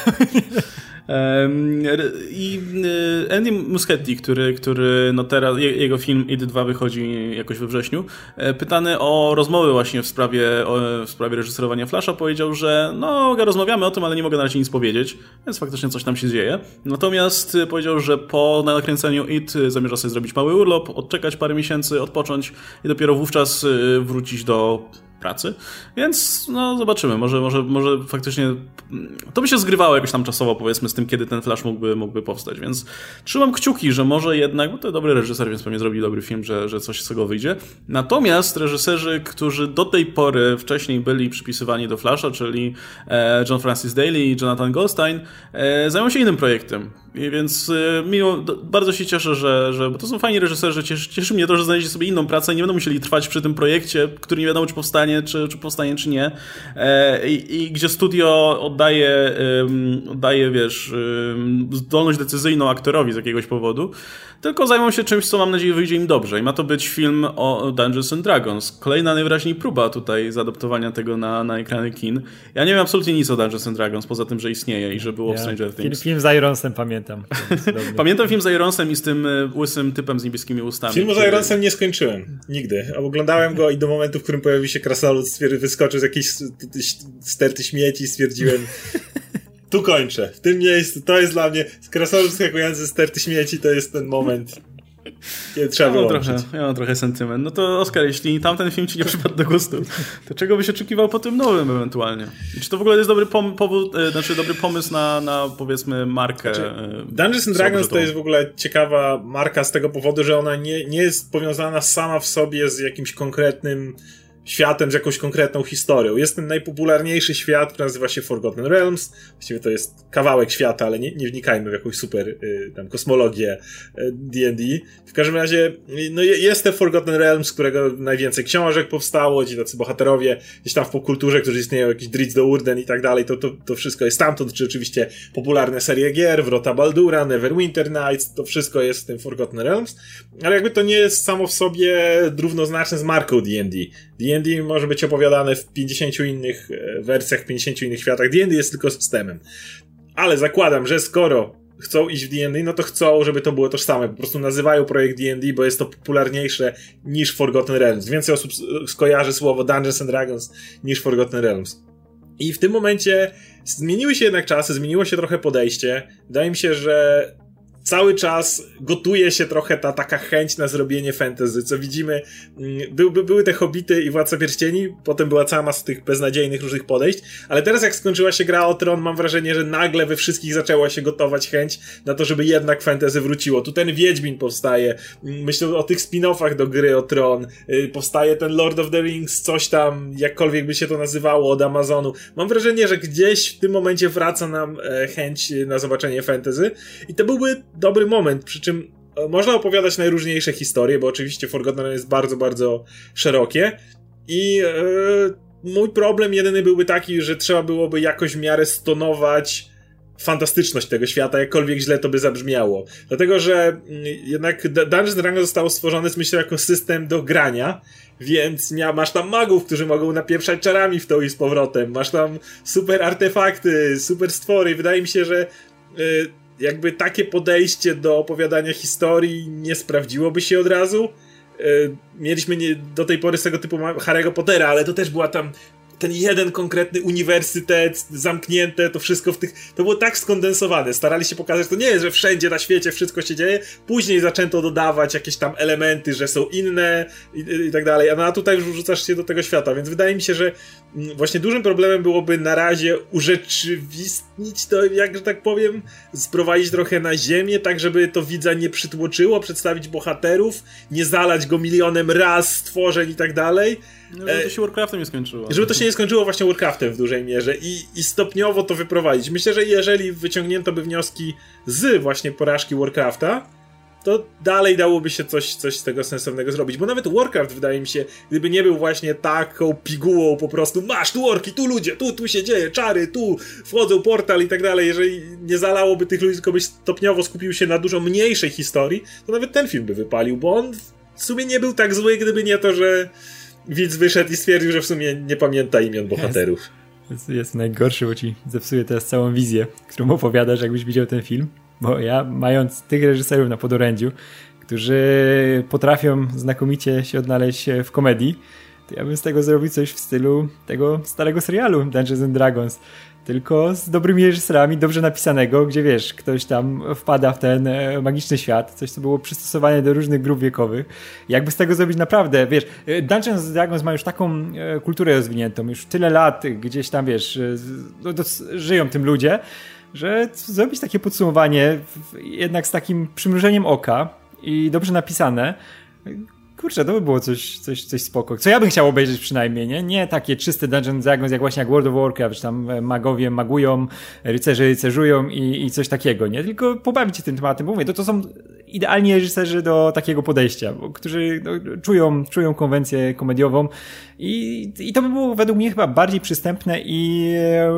I Andy Muschietti, który no teraz, jego film It 2 wychodzi jakoś we wrześniu, pytany o rozmowy właśnie w sprawie reżyserowania Flasha, powiedział, że rozmawiamy o tym, ale nie mogę na razie nic powiedzieć, więc faktycznie coś tam się dzieje. Natomiast powiedział, że po nakręceniu It zamierza sobie zrobić mały urlop, odczekać parę miesięcy, odpocząć i dopiero wówczas wrócić do pracy, więc zobaczymy, może faktycznie to by się zgrywało jakoś tam czasowo, powiedzmy, z tym, kiedy ten Flash mógłby powstać, więc trzymam kciuki, że może jednak, bo to dobry reżyser, więc pewnie zrobi dobry film, że coś z tego wyjdzie. Natomiast reżyserzy, którzy do tej pory wcześniej byli przypisywani do Flasha, czyli John Francis Daly i Jonathan Goldstein, zajmą się innym projektem. I więc bardzo się cieszę, że bo to są fajni reżyserzy, cieszy mnie to, że znaleźli sobie inną pracę i nie będą musieli trwać przy tym projekcie, który nie wiadomo, czy powstanie, czy nie. I gdzie studio oddaje, wiesz, zdolność decyzyjną aktorowi z jakiegoś powodu, tylko zajmą się czymś, co mam nadzieję wyjdzie im dobrze. I ma to być film o Dungeons and Dragons. Kolejna najwyraźniej próba tutaj zaadaptowania tego na ekrany kin. Ja nie wiem absolutnie nic o Dungeons and Dragons, poza tym, że istnieje i że było w Stranger Things. Film z Ironsem pamiętam. Pamiętam film z Ironsem i z tym łysym typem z niebieskimi ustami. Filmu z Ironsem nie skończyłem. Nigdy. Oglądałem go i do momentu, w którym pojawił się krasnolud, wyskoczył z jakiejś sterty śmieci i stwierdziłem... Tu kończę. W tym miejscu. To jest dla mnie krasnolud skakujący ze sterty śmieci, to jest ten moment. kiedy trzeba wyłączyć. Ja mam trochę sentyment. No to Oskar, jeśli tamten film ci nie przypadł do gustu, to czego byś oczekiwał po tym nowym ewentualnie? I czy to w ogóle jest dobry dobry pomysł na powiedzmy markę? Dungeons and Dragons to jest w ogóle ciekawa marka z tego powodu, że ona nie jest powiązana sama w sobie z jakimś konkretnym światem, z jakąś konkretną historią. Jest ten najpopularniejszy świat, który nazywa się Forgotten Realms. Właściwie to jest kawałek świata, ale nie wnikajmy w jakąś super tam kosmologię D&D. W każdym razie no jest ten Forgotten Realms, z którego najwięcej książek powstało, ci tacy bohaterowie gdzieś tam w popkulturze, którzy istnieją, jakiś Drizzt Do'Urden i tak dalej, to wszystko jest stamtąd, czy oczywiście popularne serie gier, Wrota Baldura, Neverwinter Nights, to wszystko jest w tym Forgotten Realms, ale jakby to nie jest samo w sobie równoznaczne z marką D&D. D&D może być opowiadane w 50 innych wersjach, w 50 innych światach. D&D jest tylko systemem. Ale zakładam, że skoro chcą iść w D&D, no to chcą, żeby to było tożsame. Po prostu nazywają projekt D&D, bo jest to popularniejsze niż Forgotten Realms. Więcej osób skojarzy słowo Dungeons and Dragons niż Forgotten Realms. I w tym momencie zmieniły się jednak czasy, zmieniło się trochę podejście. Wydaje mi się, że cały czas gotuje się trochę ta taka chęć na zrobienie fantasy, co widzimy, były te Hobbity i Władca Pierścieni, potem była cała masa tych beznadziejnych różnych podejść, ale teraz jak skończyła się Gra o Tron, mam wrażenie, że nagle we wszystkich zaczęła się gotować chęć na to, żeby jednak fantasy wróciło. Tu ten Wiedźmin powstaje, myślę o tych spin-offach do Gry o Tron, powstaje ten Lord of the Rings, coś tam, jakkolwiek by się to nazywało, od Amazonu. Mam wrażenie, że gdzieś w tym momencie wraca nam chęć na zobaczenie fantasy i to byłby dobry moment, przy czym można opowiadać najróżniejsze historie, bo oczywiście Forgotten jest bardzo, bardzo szerokie i mój problem jedyny byłby taki, że trzeba byłoby jakoś w miarę stonować fantastyczność tego świata, jakkolwiek źle to by zabrzmiało. Dlatego, że jednak Dungeons & Dragons zostało stworzone myślę jako system do grania, więc masz tam magów, którzy mogą napieprzać czarami w to i z powrotem, masz tam super artefakty, super stwory. Wydaje mi się, że jakby takie podejście do opowiadania historii nie sprawdziłoby się od razu. Mieliśmy do tej pory z tego typu Harry'ego Pottera, ale to też była tam ten jeden konkretny uniwersytet, zamknięte, to wszystko to było tak skondensowane. Starali się pokazać, że to nie jest, że wszędzie na świecie wszystko się dzieje. Później zaczęto dodawać jakieś tam elementy, że są inne i tak dalej. A tutaj już wrzucasz się do tego świata, więc wydaje mi się, że właśnie dużym problemem byłoby na razie urzeczywistnić to, jak że tak powiem, sprowadzić trochę na ziemię, tak żeby to widza nie przytłoczyło, przedstawić bohaterów, nie zalać go milionem raz stworzeń i tak dalej. No, żeby to się Warcraftem nie skończyło. Żeby to się nie skończyło właśnie Warcraftem w dużej mierze i stopniowo to wyprowadzić. Myślę, że jeżeli wyciągnięto by wnioski z właśnie porażki Warcrafta, to dalej dałoby się coś z tego sensownego zrobić. Bo nawet Warcraft, wydaje mi się, gdyby nie był właśnie taką pigułą po prostu masz tu orki, tu ludzie, tu się dzieje, czary, tu wchodzą portal i tak dalej. Jeżeli nie zalałoby tych ludzi, tylko byś stopniowo skupił się na dużo mniejszej historii, to nawet ten film by wypalił, bo on w sumie nie był tak zły, gdyby nie to, że widz wyszedł i stwierdził, że w sumie nie pamięta imion bohaterów. Jest najgorszy, bo ci zepsuje teraz całą wizję, którą opowiadasz, jakbyś widział ten film. Bo ja, mając tych reżyserów na podorędziu, którzy potrafią znakomicie się odnaleźć w komedii, to ja bym z tego zrobił coś w stylu tego starego serialu Dungeons and Dragons. Tylko z dobrymi reżyserami, dobrze napisanego, gdzie wiesz, ktoś tam wpada w ten magiczny świat, coś co było przystosowane do różnych grup wiekowych. Jakby z tego zrobić naprawdę, wiesz, Dungeons and Dragons ma już taką kulturę rozwiniętą, już tyle lat gdzieś tam, wiesz, żyją tym ludzie, że zrobić takie podsumowanie jednak z takim przymrużeniem oka i dobrze napisane, kurczę, to by było coś spoko. Co ja bym chciał obejrzeć przynajmniej, nie? Nie takie czyste Dungeons Dragons, jak właśnie jak World of Warcraft, że tam magowie magują, rycerze rycerzują i coś takiego, nie? Tylko pobawić się tym tematem, bo mówię, to są idealni reżyserzy do takiego podejścia, którzy czują konwencję komediową i to by było według mnie chyba bardziej przystępne i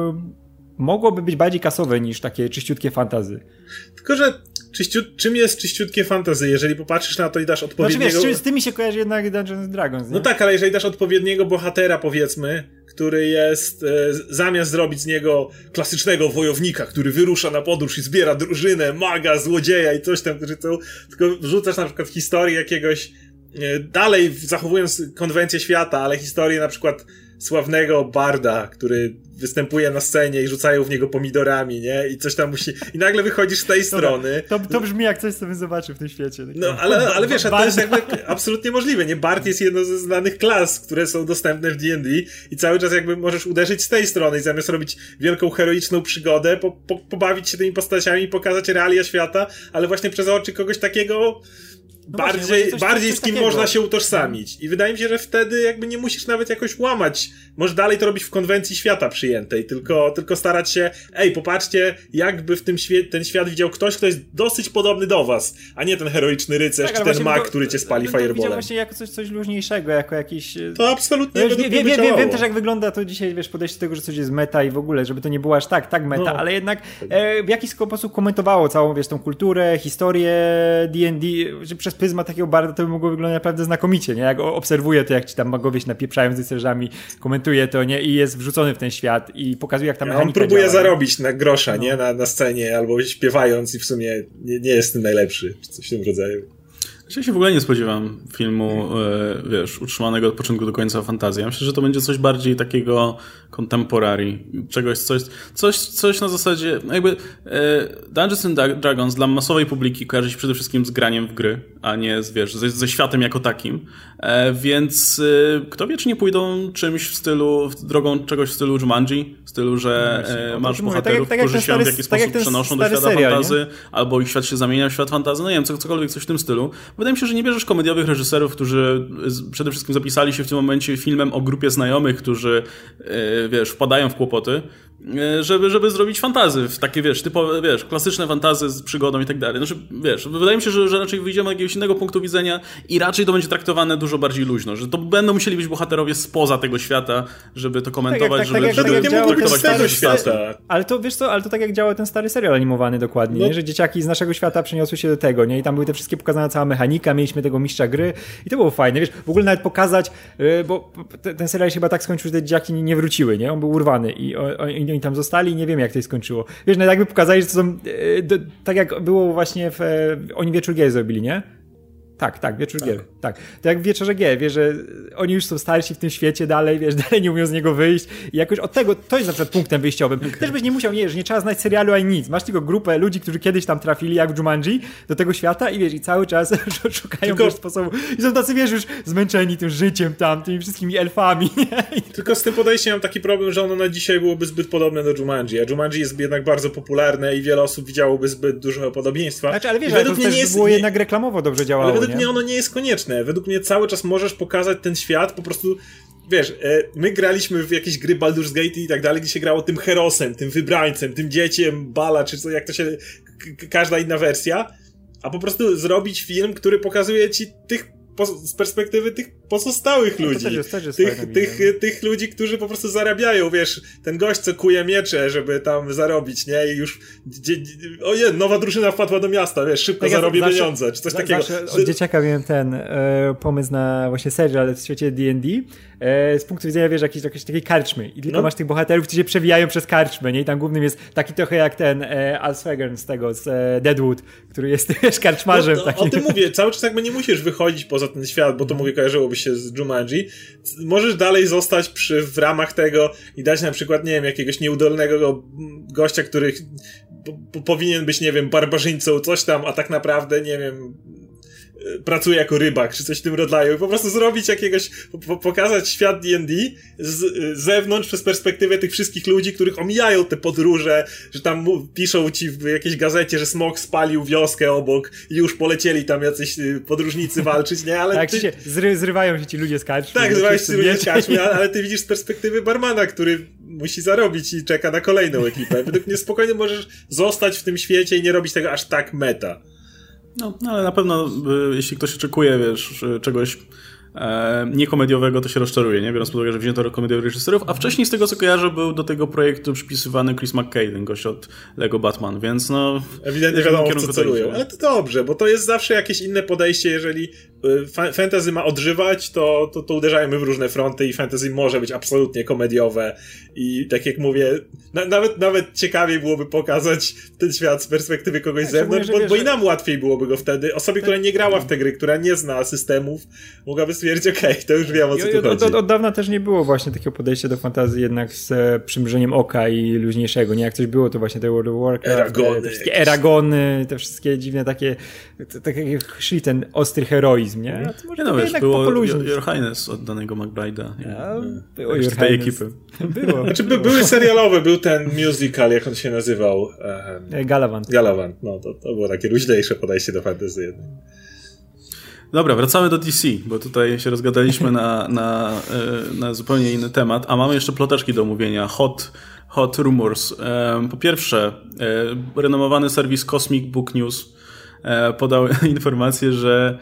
mogłoby być bardziej kasowe niż takie czyściutkie fantasy. Tylko, że czym jest czyściutkie fantasy? Jeżeli popatrzysz na to i dasz odpowiedniego... Znaczy wiesz, z tymi się kojarzy jednak Dungeons Dragons, nie? No tak, ale jeżeli dasz odpowiedniego bohatera, powiedzmy, który jest, zamiast zrobić z niego klasycznego wojownika, który wyrusza na podróż i zbiera drużynę, maga, złodzieja i coś tam, tylko wrzucasz na przykład historię jakiegoś, dalej zachowując konwencję świata, ale historię na przykład sławnego barda, który występuje na scenie i rzucają w niego pomidorami, nie? I coś tam musi... I nagle wychodzisz z tej strony. To brzmi jak coś, co bym zobaczył w tym świecie. No, ale wiesz, a to jest jakby absolutnie możliwe, nie? Bard jest jedną ze znanych klas, które są dostępne w D&D i cały czas jakby możesz uderzyć z tej strony i zamiast robić wielką, heroiczną przygodę, pobawić się tymi postaciami i pokazać realia świata, ale właśnie przez oczy kogoś takiego... No bardziej z kim takiego można się utożsamić. I wydaje mi się, że wtedy jakby nie musisz nawet jakoś łamać. Możesz dalej to robić w konwencji świata przyjętej, tylko starać się, popatrzcie, jakby w tym ten świat widział ktoś, kto jest dosyć podobny do was, a nie ten heroiczny rycerz, czy ten mag, który cię spali fireballem. Widział właśnie jako coś luźniejszego, jako jakiś... To absolutnie wiem też, jak wygląda to dzisiaj, podejście do tego, że coś jest meta i w ogóle, żeby to nie było aż tak meta, ale jednak w jakiś sposób komentowało całą, tą kulturę, historię D&D, że przez pryzmat takiego barda to by mogło wyglądać naprawdę znakomicie, nie? Jak obserwuję to, jak ci tam magowie się napieprzają z rycerzami, komentuje to, nie? I jest wrzucony w ten świat i pokazuje, jak ta mechanika on próbuje działa, zarobić na grosza, nie? Na scenie, albo śpiewając i w sumie nie jest tym najlepszy, czy coś w tym rodzaju. Ja się w ogóle nie spodziewam filmu, utrzymanego od początku do końca fantazji. Ja myślę, że to będzie coś bardziej takiego contemporary. Coś na zasadzie, jakby Dungeons and Dragons dla masowej publiki kojarzy się przede wszystkim z graniem w gry, a nie ze światem jako takim. Więc kto wie, czy nie pójdą drogą czegoś w stylu Jumanji, w stylu, że masz bohaterów, którzy się w jakiś sposób przenoszą do świata fantasy, albo ich świat się zamienia w świat fantasy, no nie wiem, cokolwiek, coś w tym stylu. Wydaje mi się, że nie bierzesz komediowych reżyserów, którzy przede wszystkim zapisali się w tym momencie filmem o grupie znajomych, którzy, wpadają w kłopoty, żeby zrobić fantazy, takie, typowe, klasyczne fantazy z przygodą i tak dalej. Znaczy, wydaje mi się, że raczej wyjdziemy do jakiegoś innego punktu widzenia i raczej to będzie traktowane dużo bardziej luźno, że to będą musieli być bohaterowie spoza tego świata, żeby to komentować, żeby traktować tego świata. Ale to, ale to tak jak działa ten stary serial animowany dokładnie, nie? Że dzieciaki z naszego świata przeniosły się do tego, nie? I tam były te wszystkie pokazane cała mechanika, mieliśmy tego mistrza gry i to było fajne, w ogóle nawet pokazać, bo ten serial się chyba tak skończył, że te dzieciaki nie wróciły, nie? On był urwany i oni tam zostali i nie wiem, jak to się skończyło. No jakby pokazali, że to są tak jak było właśnie oni Wieczór Gier zrobili, nie? Tak, Wieczór Gier. Tak. To jak w Wieczorze Gier, że oni już są starsi w tym świecie dalej, dalej nie umią z niego wyjść i jakoś od tego, to jest na przykład punktem wyjściowym. Też byś nie musiał, że nie trzeba znać serialu ani nic. Masz tylko grupę ludzi, którzy kiedyś tam trafili, jak w Jumanji, do tego świata i cały czas szukają sposobu. I są tacy, już zmęczeni tym życiem tam, tymi wszystkimi elfami. Tylko z tym podejściem mam taki problem, że ono na dzisiaj byłoby zbyt podobne do Jumanji, a Jumanji jest jednak bardzo popularne i wiele osób widziałoby zbyt dużo podobieństwa. Znaczy, ale ale to też było jednak reklamowo dobrze działało. Ale według mnie ono nie jest konieczne. Według mnie cały czas możesz pokazać ten świat, po prostu my graliśmy w jakieś gry Baldur's Gate i tak dalej, gdzie się grało tym herosem, tym wybrańcem, tym dzieciem Bala, czy co, jak to się, każda inna wersja, a po prostu zrobić film, który pokazuje ci z perspektywy tych pozostałych ludzi. Tych ludzi, którzy po prostu zarabiają, ten gość, co kuje miecze, żeby tam zarobić, nie? I już nowa drużyna wpadła do miasta, szybko zarobię pieniądze, czy coś takiego. Od dzieciaka miałem ten pomysł na właśnie serial w świecie D&D z punktu widzenia, jakiejś takiej karczmy i tylko masz tych bohaterów, którzy się przewijają przez karczmę, nie? I tam głównym jest taki trochę jak ten Al Swagern z Deadwood, który jest karczmarzem. O tym mówię, cały czas jakby nie musisz wychodzić poza ten świat, bo to mówię, kojarzyłoby się z Jumanji. Możesz dalej zostać w ramach tego i dać na przykład, nie wiem, jakiegoś nieudolnego gościa, który powinien być, nie wiem, barbarzyńcą, coś tam, a tak naprawdę, nie wiem, pracuje jako rybak, czy coś w tym rodzaju i po prostu zrobić jakiegoś, pokazać świat D&D z zewnątrz przez perspektywę tych wszystkich ludzi, których omijają te podróże, że tam piszą ci w jakiejś gazecie, że smok spalił wioskę obok i już polecieli tam jacyś podróżnicy walczyć, nie? Ale tak, się zrywają się ci ludzie z karczmy. Tak, zrywają się ci ludzie z karczmy, ale ty widzisz z perspektywy barmana, który musi zarobić i czeka na kolejną ekipę. Według mnie spokojnie możesz zostać w tym świecie i nie robić tego aż tak meta. No, ale na pewno jeśli ktoś oczekuje, czegoś niekomediowego, to się rozczaruje, nie? Biorąc pod uwagę, że wzięto komediowych reżyserów, a wcześniej z tego, co kojarzę, był do tego projektu przypisywany Chris McKay, ten gość od Lego Batman, więc ewidentnie wiadomo, w co celują, ale to dobrze, bo to jest zawsze jakieś inne podejście, jeżeli fantasy ma odżywać, to uderzajmy w różne fronty i fantasy może być absolutnie komediowe i tak jak mówię, nawet ciekawiej byłoby pokazać ten świat z perspektywy kogoś z zewnątrz, bo i nam łatwiej byłoby go wtedy. Osobie, która nie grała w tę gry, która nie zna systemów, mogłaby stwierdzić, okej, to już wiem, o co tu chodzi. Od dawna też nie było właśnie takiego podejścia do fantazji jednak z przymrużeniem oka i luźniejszego, nie? Jak coś było, to właśnie te World of Warcraft, te wszystkie Eragony, te wszystkie dziwne takie szli ten ostry heroizm, nie? A to może no wiesz, było Your Highness od danego McBride'a. Było Your tej ekipy. Było. Znaczy były serialowe, był ten musical, jak on się nazywał? Galavant. No to było takie luźniejsze podejście do fantasy jednak. Dobra, wracamy do DC, bo tutaj się rozgadaliśmy na zupełnie inny temat, a mamy jeszcze ploteczki do omówienia. Hot rumors. Po pierwsze, renomowany serwis Cosmic Book News podał informację, że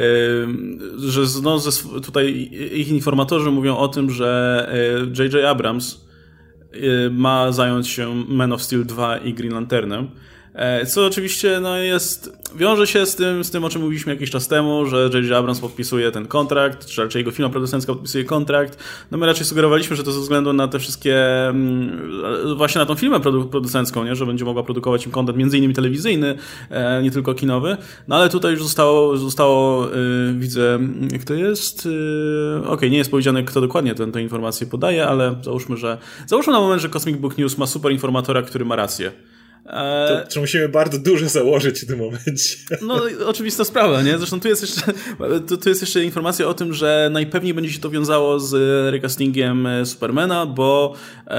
tutaj ich informatorzy mówią o tym, że J.J. Abrams ma zająć się Man of Steel 2 i Green Lanternem. Co oczywiście wiąże się z tym, o czym mówiliśmy jakiś czas temu, że J.J. Abrams podpisuje ten kontrakt, czy raczej jego firma producencka podpisuje kontrakt. No my raczej sugerowaliśmy, że to ze względu na te wszystkie, właśnie na tą firmę producencką, nie? Że będzie mogła produkować im content między innymi telewizyjny, nie tylko kinowy. No ale tutaj już zostało widzę, jak to jest. Okej, nie jest powiedziane, kto dokładnie tę informację podaje, ale załóżmy na moment, że Cosmic Book News ma super informatora, który ma rację. To musimy bardzo dużo założyć w tym momencie. No, oczywista sprawa, nie? Zresztą tu jest jeszcze informacja o tym, że najpewniej będzie się to wiązało z recastingiem Supermana, bo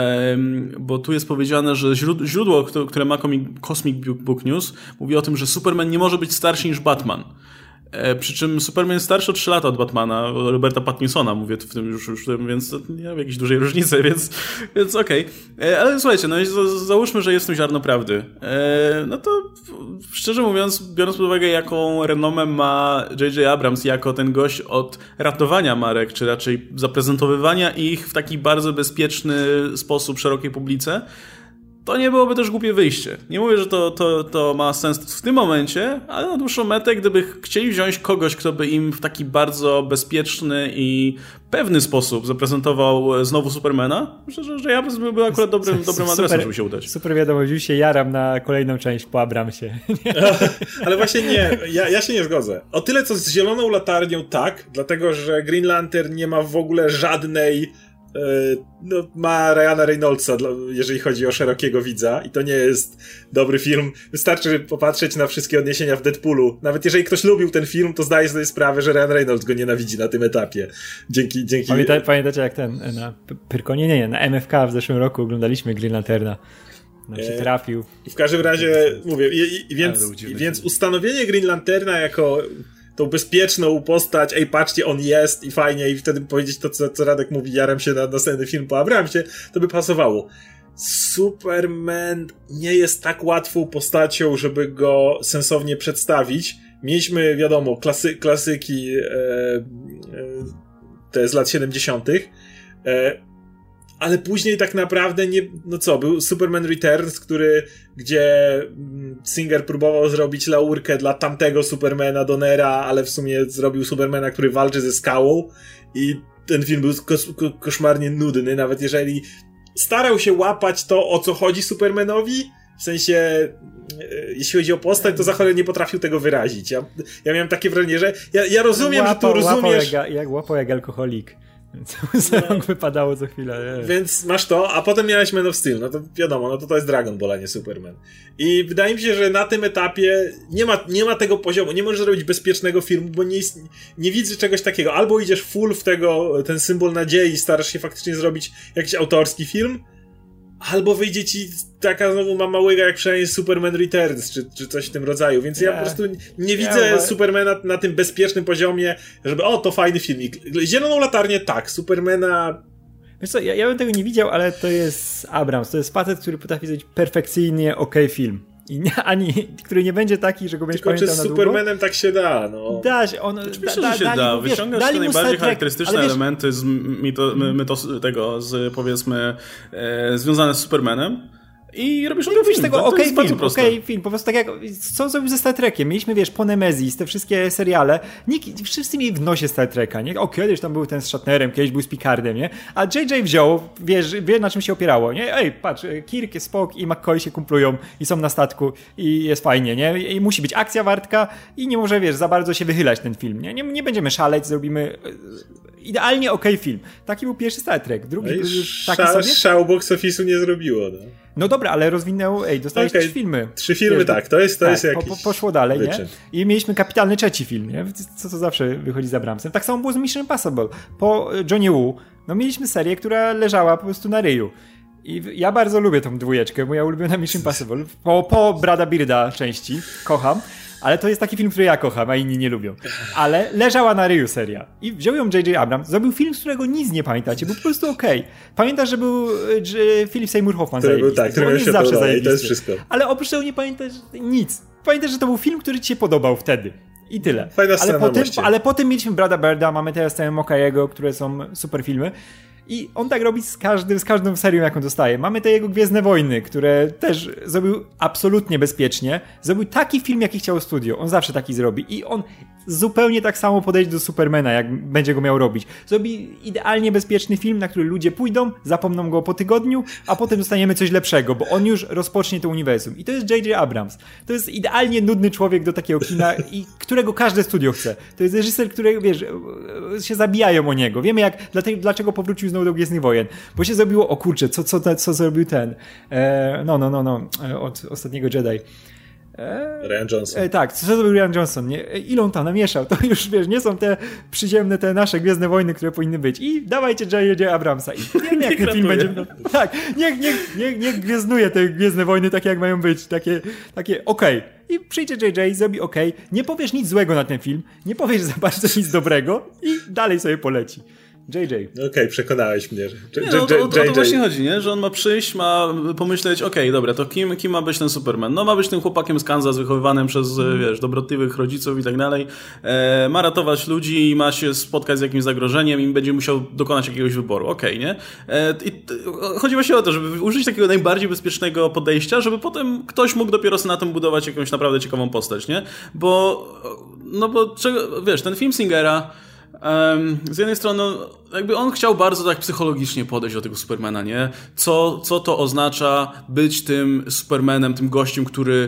tu jest powiedziane, że źródło, które ma Cosmic Book News, mówi o tym, że Superman nie może być starszy niż Batman. Przy czym Superman jest starszy o 3 lata od Batmana, Roberta Pattinsona, mówię w tym już więc nie mam jakiejś dużej różnicy, więc okej. Ale słuchajcie, no załóżmy, że jest tu ziarno prawdy. No to szczerze mówiąc, biorąc pod uwagę, jaką renomę ma J.J. Abrams jako ten gość od ratowania marek, czy raczej zaprezentowywania ich w taki bardzo bezpieczny sposób szerokiej publice, to nie byłoby też głupie wyjście. Nie mówię, że to ma sens w tym momencie, ale na dłuższą metę, gdyby chcieli wziąć kogoś, kto by im w taki bardzo bezpieczny i pewny sposób zaprezentował znowu Supermana, myślę, że Abrams byłby akurat dobrym adresem, żeby się udać. Super wiadomo, już się jaram na kolejną część po Abramsie. Ale właśnie nie, ja się nie zgodzę. O tyle co z Zieloną Latarnią tak, dlatego że Green Lantern nie ma w ogóle żadnej ma Ryana Reynoldsa, jeżeli chodzi o szerokiego widza i to nie jest dobry film. Wystarczy popatrzeć na wszystkie odniesienia w Deadpoolu. Nawet jeżeli ktoś lubił ten film, to zdaje sobie sprawę, że Ryan Reynolds go nienawidzi na tym etapie. Dzięki... Pamiętacie jak na Pyrkonie? Na MFK w zeszłym roku oglądaliśmy Green Lanterna. Nam się trafił. W każdym razie, mówię, więc ustanowienie Green Lanterna jako tą bezpieczną postać, patrzcie, on jest i fajnie, i wtedy powiedzieć to, co Radek mówi, jaram się na następny film po Abramsie, to by pasowało. Superman nie jest tak łatwą postacią, żeby go sensownie przedstawić. Mieliśmy, wiadomo, klasyki te z lat 70., ale później tak naprawdę był Superman Returns, gdzie Singer próbował zrobić laurkę dla tamtego Supermana, Donnera, ale w sumie zrobił Supermana, który walczy ze skałą i ten film był koszmarnie nudny, nawet jeżeli starał się łapać to, o co chodzi Supermanowi, w sensie jeśli chodzi o postać, to za cholerę nie potrafił tego wyrazić. Ja miałem takie wrażenie, że ja rozumiem, że tu rozumiesz... Łapał jak alkoholik. Co rąk wypadało co chwilę. Więc masz to, a potem miałeś Man of Steel. No to wiadomo, to jest Dragon Ball, a nie Superman. I wydaje mi się, że na tym etapie nie ma tego poziomu. Nie możesz zrobić bezpiecznego filmu, bo nie widzę czegoś takiego. Albo idziesz full w ten symbol nadziei i starasz się faktycznie zrobić jakiś autorski film, albo wyjdzie ci taka znowu mama łyga jak przynajmniej Superman Returns, czy coś w tym rodzaju, więc ja po prostu nie widzę Supermana na tym bezpiecznym poziomie, żeby to fajny filmik. Zieloną Latarnię tak, Supermana... Wiesz co, ja bym tego nie widział, ale to jest Abrams, to jest facet, który potrafi zrobić perfekcyjnie film. Który nie będzie taki, że go będziesz pamiętał na długo. Czy z Supermanem tak się da, no. Da się, Oczywiście, że się da. Wyciągasz te najbardziej charakterystyczne elementy z powiedzmy związane z Supermanem i robisz film. Tego okej film. Po prostu tak jak, co zrobił ze Star Trekiem? Mieliśmy, wiesz, po Nemesis, te wszystkie seriale, wszyscy mieli w nosie Star Treka, nie? Kiedyś tam był ten z Shatnerem, kiedyś był z Picardem, nie? A JJ wziął, wie na czym się opierało, nie? Ej, patrz, Kirk, Spock i McCoy się kumplują i są na statku i jest fajnie, nie? I musi być akcja wartka i nie może, wiesz, za bardzo się wychylać ten film, nie? Nie będziemy szaleć, zrobimy idealnie film. Taki był pierwszy Star Trek, drugi taki sobie. Szał box office'u nie zrobiło, no. No dobra, ale rozwinęło, dostałeś 3 filmy. 3 filmy, wiesz, tak, to jest jakiś... Poszło dalej, wyczyn. Nie? I mieliśmy kapitalny 3 film, nie? Co zawsze wychodzi za Abramsem. Tak samo było z Mission Impossible. Po Johnny Woo, no mieliśmy serię, która leżała po prostu na ryju. I ja bardzo lubię tą 2, moja ulubiona Mission Impossible. Po Brada Birda części, kocham. Ale to jest taki film, który ja kocham, a inni nie lubią. Ale leżała na ryju seria. I wziął ją J.J. Abrams, zrobił film, z którego nic nie pamiętacie, był po prostu okej. Pamiętasz, że był Philip Seymour Hoffman zajebisty. Tak, który jest zawsze zajebisty. To jest wszystko. Ale oprócz tego nie pamiętasz nic. Pamiętasz, że to był film, który ci się podobał wtedy. I tyle. Fajna scena ale potem mieliśmy Brada Birda, mamy teraz ten Mokayego, które są super filmy. I on tak robi z każdą serią, jaką dostaje. Mamy te jego Gwiezdne Wojny, które też zrobił absolutnie bezpiecznie. Zrobił taki film, jaki chciał studio. On zawsze taki zrobi. I on zupełnie tak samo podejdzie do Supermana, jak będzie go miał robić. Zrobi idealnie bezpieczny film, na który ludzie pójdą, zapomną go po tygodniu, a potem dostaniemy coś lepszego, bo on już rozpocznie to uniwersum. I to jest J.J. Abrams. To jest idealnie nudny człowiek do takiego kina, i którego każde studio chce. To jest reżyser, który, wiesz, się zabijają o niego. Wiemy, dlaczego powrócił znowu do Gwiezdnych Wojen. Bo się zrobiło, o kurczę, co zrobił ten od ostatniego Jedi. Rian Johnson. Tak, co zrobił Rian Johnson? Ile on tam namieszał? To już, wiesz, nie są te przyziemne, te nasze Gwiezdne Wojny, które powinny być. I dawajcie J.J. Abramsa. I wiem, jak ten film będzie. Tak, niech gwiezdnuje te Gwiezdne Wojny takie, jak mają być. Takie okej. I przyjdzie JJ, zrobi okej. Nie powiesz nic złego na ten film. Nie powiesz za bardzo nic dobrego. I dalej sobie poleci. JJ. Okej, przekonałeś mnie. O to właśnie chodzi, nie? Że on ma przyjść, ma pomyśleć, dobra, to kim ma być ten Superman? No ma być tym chłopakiem z Kansas wychowywanym przez, wiesz, dobrotliwych rodziców i tak dalej. Ma ratować ludzi i ma się spotkać z jakimś zagrożeniem i będzie musiał dokonać jakiegoś wyboru. Nie? Chodzi właśnie o to, żeby użyć takiego najbardziej bezpiecznego podejścia, żeby potem ktoś mógł dopiero na tym budować jakąś naprawdę ciekawą postać, nie? Bo wiesz, ten film Singera z jednej strony jakby on chciał bardzo tak psychologicznie podejść do tego Supermana, nie? Co to oznacza być tym Supermanem, tym gościem,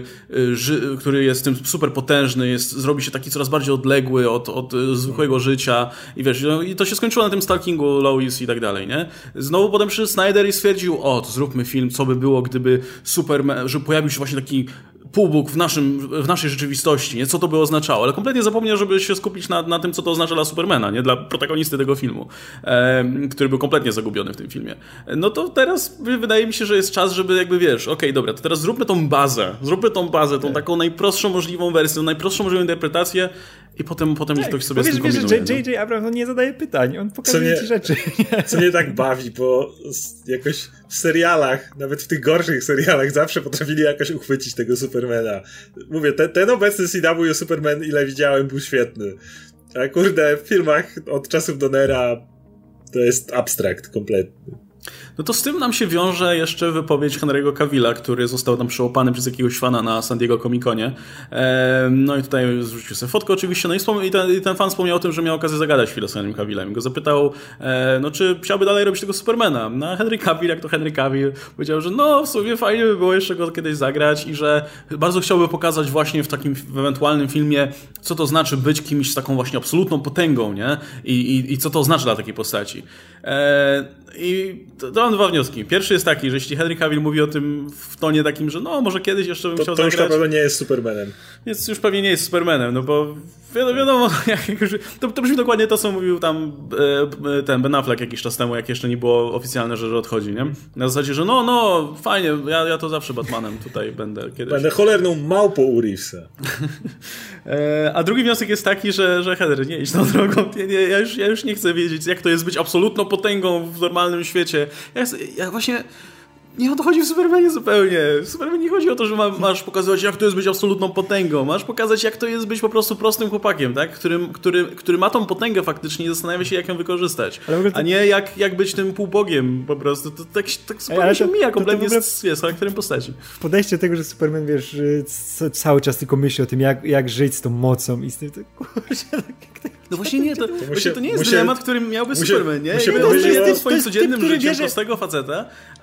który jest tym super potężny, zrobi się taki coraz bardziej odległy od zwykłego życia i wiesz, i to się skończyło na tym stalkingu Lois i tak dalej, nie? Znowu potem przyszedł Snyder i stwierdził, to zróbmy film, co by było, gdyby Superman, że pojawił się właśnie taki półbóg w naszej rzeczywistości, nie? Co to by oznaczało, ale kompletnie zapomniał, żeby się skupić na tym, co to oznacza dla Supermana, nie? Dla protagonisty tego filmu, który był kompletnie zagubiony w tym filmie. No to teraz wydaje mi się, że jest czas, żeby jakby, wiesz, dobra, to teraz zróbmy tą bazę, tą taką najprostszą możliwą wersję, najprostszą możliwą interpretację i potem już ktoś sobie z tym kombinuje. Wiesz, że J.J. Abrams nie zadaje pytań, on pokazuje ci rzeczy. Co mnie tak bawi, bo jakoś w serialach, nawet w tych gorszych serialach zawsze potrafili jakoś uchwycić tego Supermana. Mówię, ten obecny CW Superman, ile widziałem, był świetny. A kurde, w filmach od czasów Donnera to jest abstrakt kompletny. No to z tym nam się wiąże jeszcze wypowiedź Henry'ego Cavilla, który został tam przełapany przez jakiegoś fana na San Diego Comic-Conie. No i tutaj zrzucił sobie fotkę oczywiście, no i ten fan wspomniał o tym, że miał okazję zagadać chwilę z Henrym Cavillem. Go zapytał, czy chciałby dalej robić tego Supermana. No Henry Cavill, jak to Henry Cavill, powiedział, że w sumie fajnie by było jeszcze go kiedyś zagrać i że bardzo chciałby pokazać właśnie w takim ewentualnym filmie, co to znaczy być kimś z taką właśnie absolutną potęgą, nie? I co to oznacza dla takiej postaci. I to mam 2 wnioski. Pierwszy jest taki, że jeśli Henry Cavill mówi o tym w tonie takim, że może kiedyś jeszcze bym chciał zagrać... To już na pewno nie jest Supermanem. Już pewnie nie jest Supermanem, no bo wiadomo, to brzmi dokładnie to, co mówił tam ten Ben Affleck jakiś czas temu, jak jeszcze nie było oficjalne, że odchodzi, nie? Na zasadzie, że fajnie, ja to zawsze Batmanem tutaj będę kiedyś. Będę cholerną małpą u Reevesa. A drugi wniosek jest taki, że Henry, nie idź tą drogą. Ja już nie chcę wiedzieć, jak to jest być absolutną potęgą w normalnym świecie. Ja właśnie... Nie o to chodzi w Supermanie zupełnie. W Supermanie nie chodzi o to, że masz pokazywać, jak to jest być absolutną potęgą. Masz pokazać, jak to jest być po prostu prostym chłopakiem, tak? Który ma tą potęgę faktycznie i zastanawia się, jak ją wykorzystać. A nie jak być tym półbogiem po prostu. To tak zupełnie się mija kompletnie z charakterem postaci. Podejście tego, że Superman, wiesz, cały czas tylko myśli o tym, jak żyć z tą mocą i z tym, no właśnie nie, to nie jest dylemat, którym miałby Superman, nie? To jest swoim codziennym życiem prostego faceta,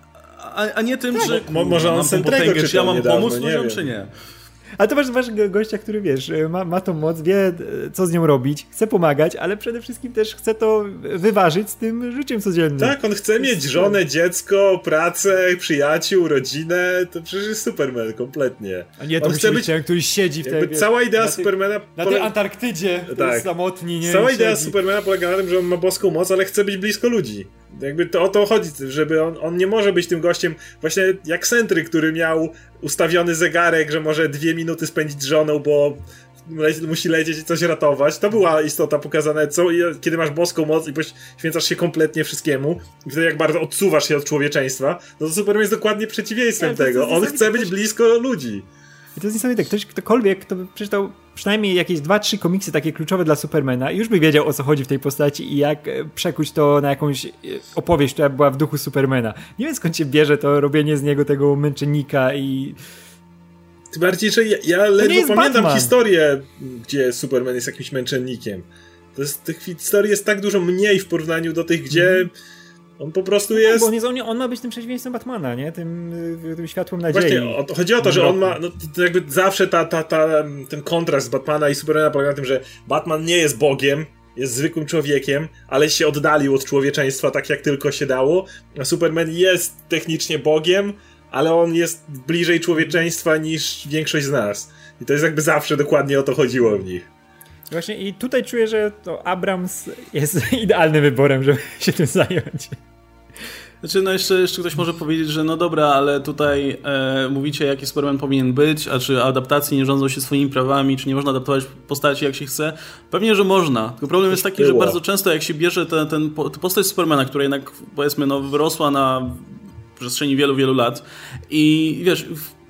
a nie tym, że może on Sentrego czy ja mam pomóc ludziom, czy nie. Ale to masz gościa, który, wiesz, ma tą moc, wie, co z nią robić, chce pomagać, ale przede wszystkim też chce to wyważyć z tym życiem codziennym. Tak, on chce mieć żonę, dziecko, pracę, przyjaciół, rodzinę, to przecież jest Superman kompletnie. A nie, to on chce być ten, który siedzi w tej... Cała idea Supermana... Na tej Antarktydzie, tak. Samotni, nie? Cała idea Supermana polega na tym, że on ma boską moc, ale chce być blisko ludzi. Jakby to o to chodzi, żeby on nie może być tym gościem właśnie jak Sentry, który miał ustawiony zegarek, że może 2 minuty spędzić z żoną, bo musi lecieć i coś ratować. To była istota pokazana, kiedy masz boską moc i poświęcasz się kompletnie wszystkiemu i wtedy jak bardzo odsuwasz się od człowieczeństwa, no to Superman jest dokładnie przeciwieństwem tego. On chce być blisko ludzi. I to jest niesamowite. Ktokolwiek, kto by przeczytał przynajmniej jakieś 2-3 komiksy takie kluczowe dla Supermana i już by wiedział, o co chodzi w tej postaci i jak przekuć to na jakąś opowieść, która była w duchu Supermana. Nie wiem, skąd się bierze to robienie z niego tego męczennika i... Tym bardziej, że ja ledwo pamiętam historię, gdzie Superman jest jakimś męczennikiem. Tych historii jest tak dużo mniej w porównaniu do tych, gdzie... On po prostu jest... Bo on ma być tym przeciwieństwem Batmana, nie? Tym światłem nadziei. Właśnie, chodzi o to, że on ma... No, to jakby zawsze ten kontrast Batmana i Supermana polega na tym, że Batman nie jest Bogiem, jest zwykłym człowiekiem, ale się oddalił od człowieczeństwa tak, jak tylko się dało, a Superman jest technicznie Bogiem, ale on jest bliżej człowieczeństwa niż większość z nas. I to jest jakby zawsze dokładnie o to chodziło w nich. Właśnie i tutaj czuję, że to Abrams jest idealnym wyborem, żeby się tym zająć. Znaczy, no jeszcze ktoś może powiedzieć, że no dobra, ale tutaj mówicie, jaki Superman powinien być, a czy adaptacje nie rządzą się swoimi prawami, czy nie można adaptować postaci jak się chce? Pewnie, że można. Tylko problem jest taki, że bardzo często jak się bierze tę postać Supermana, która jednak, powiedzmy, no, wyrosła na przestrzeni wielu, wielu lat i wiesz...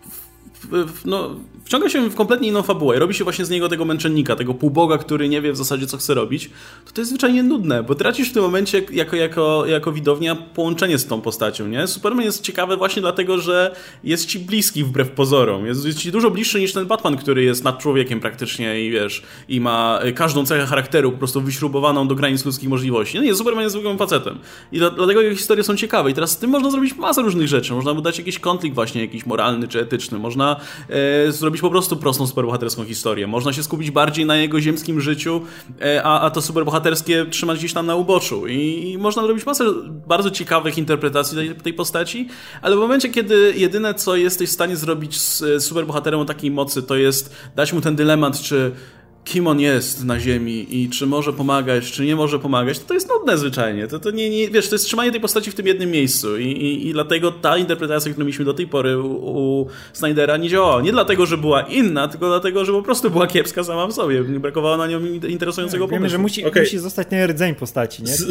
wciąga się w kompletnie inną fabułę i robi się właśnie z niego tego męczennika, tego półboga, który nie wie w zasadzie, co chce robić, to jest zwyczajnie nudne, bo tracisz w tym momencie jako widownia połączenie z tą postacią, nie? Superman jest ciekawy właśnie dlatego, że jest ci bliski wbrew pozorom. Jest ci dużo bliższy niż ten Batman, który jest nad człowiekiem praktycznie i wiesz, i ma każdą cechę charakteru po prostu wyśrubowaną do granic ludzkich możliwości. No nie, Superman jest zwykłym facetem. I dlatego jego historie są ciekawe. I teraz z tym można zrobić masę różnych rzeczy. Można mu dać jakiś konflikt właśnie jakiś moralny czy etyczny. Można zrobić po prostu prostą superbohaterską historię. Można się skupić bardziej na jego ziemskim życiu, a to superbohaterskie trzymać gdzieś tam na uboczu. I można zrobić masę bardzo ciekawych interpretacji tej postaci, ale w momencie, kiedy jedyne, co jesteś w stanie zrobić z superbohaterem o takiej mocy, to jest dać mu ten dylemat, czy kim on jest na ziemi i czy może pomagać, czy nie może pomagać, to jest nudne zwyczajnie. To nie, wiesz, to jest trzymanie tej postaci w tym jednym miejscu i dlatego ta interpretacja, którą mieliśmy do tej pory u Snydera, nie działała. Nie dlatego, że była inna, tylko dlatego, że po prostu była kiepska sama w sobie. Nie brakowało na nią interesującego pomysłu. Wiemy, że musi zostać ten rdzeń postaci, nie?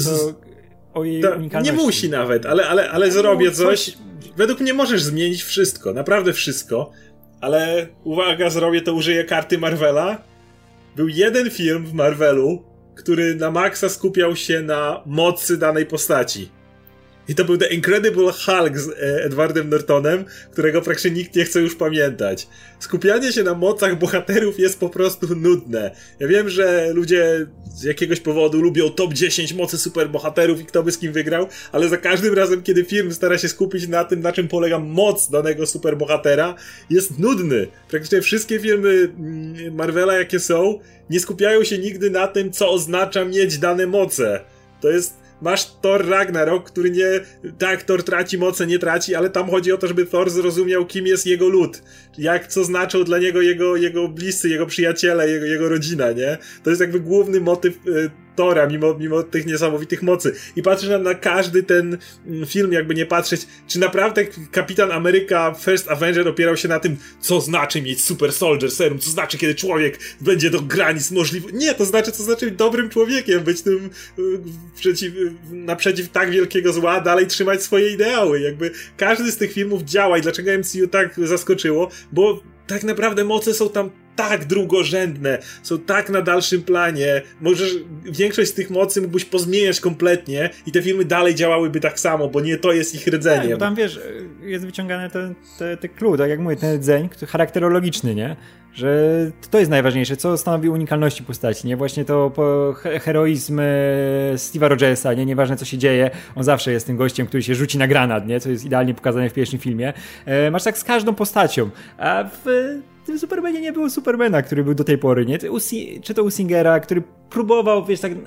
O jej unikalności. Nie musi nawet, ale zrobię coś. Według mnie możesz zmienić wszystko, naprawdę wszystko, ale uwaga, użyję karty Marvela. Był jeden film w Marvelu, który na maksa skupiał się na mocy danej postaci. I to był The Incredible Hulk z Edwardem Nortonem, którego praktycznie nikt nie chce już pamiętać. Skupianie się na mocach bohaterów jest po prostu nudne. Ja wiem, że ludzie z jakiegoś powodu lubią top 10 mocy superbohaterów i kto by z kim wygrał, ale za każdym razem, kiedy film stara się skupić na tym, na czym polega moc danego superbohatera, jest nudny. Praktycznie wszystkie filmy Marvela, jakie są, nie skupiają się nigdy na tym, co oznacza mieć dane moce. To jest... Masz Thor Ragnarok, który nie... Tak, Thor traci moce, nie traci, ale tam chodzi o to, żeby Thor zrozumiał, kim jest jego lud. Co znaczą dla niego jego bliscy, jego przyjaciele, jego rodzina, nie? To jest jakby główny motyw Tora, mimo tych niesamowitych mocy. I patrzysz na każdy ten film, jakby nie patrzeć, czy naprawdę Kapitan Ameryka First Avenger opierał się na tym, co znaczy mieć Super Soldier Serum, co znaczy, kiedy człowiek będzie do granic możliwy. Nie, to znaczy, co znaczy być dobrym człowiekiem, być tym naprzeciw tak wielkiego zła, dalej trzymać swoje ideały. Jakby każdy z tych filmów działa i dlaczego MCU tak zaskoczyło, bo tak naprawdę moce są tam tak drugorzędne, są tak na dalszym planie, większość z tych mocy mógłbyś pozmieniać kompletnie i te filmy dalej działałyby tak samo, bo nie to jest ich rdzeniem. Tak, bo tam wiesz, jest wyciągany ten clue, tak jak mówię, ten rdzeń charakterologiczny, nie? Że to jest najważniejsze, co stanowi unikalności postaci, nie? Właśnie to heroizm Steve'a Rogersa, nie? Nieważne co się dzieje, on zawsze jest tym gościem, który się rzuci na granat, nie? Co jest idealnie pokazane w pierwszym filmie. Masz tak z każdą postacią, a w tym Supermanie nie było Supermana, który był do tej pory, nie? Czy to u Singera, który próbował, wiesz, tak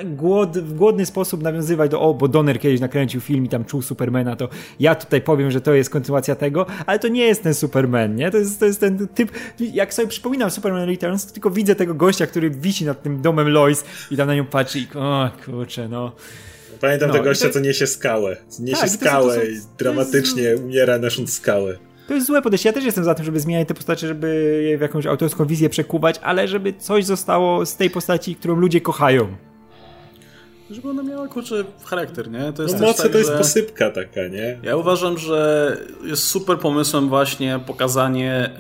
w głodny sposób nawiązywać bo Donner kiedyś nakręcił film i tam czuł Supermana, to ja tutaj powiem, że to jest kontynuacja tego, ale to nie jest ten Superman, nie? To jest ten typ, jak sobie przypominam Superman Returns, to tylko widzę tego gościa, który wisi nad tym domem Lois i tam na nią patrzy i o kurczę, no. Pamiętam tego gościa, co niesie skałę. Niesie skałę i dramatycznie umiera nosząc skałę. To jest złe podejście. Ja też jestem za tym, żeby zmieniać te postacie, żeby je w jakąś autorską wizję przekuwać, ale żeby coś zostało z tej postaci, którą ludzie kochają. Żeby ona miała, kurczę, charakter, nie? To jest no też moce tak, to jest posypka taka, nie? Ja uważam, że jest super pomysłem właśnie pokazanie,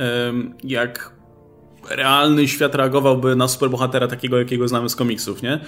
jak realny świat reagowałby na superbohatera takiego, jakiego znamy z komiksów, nie?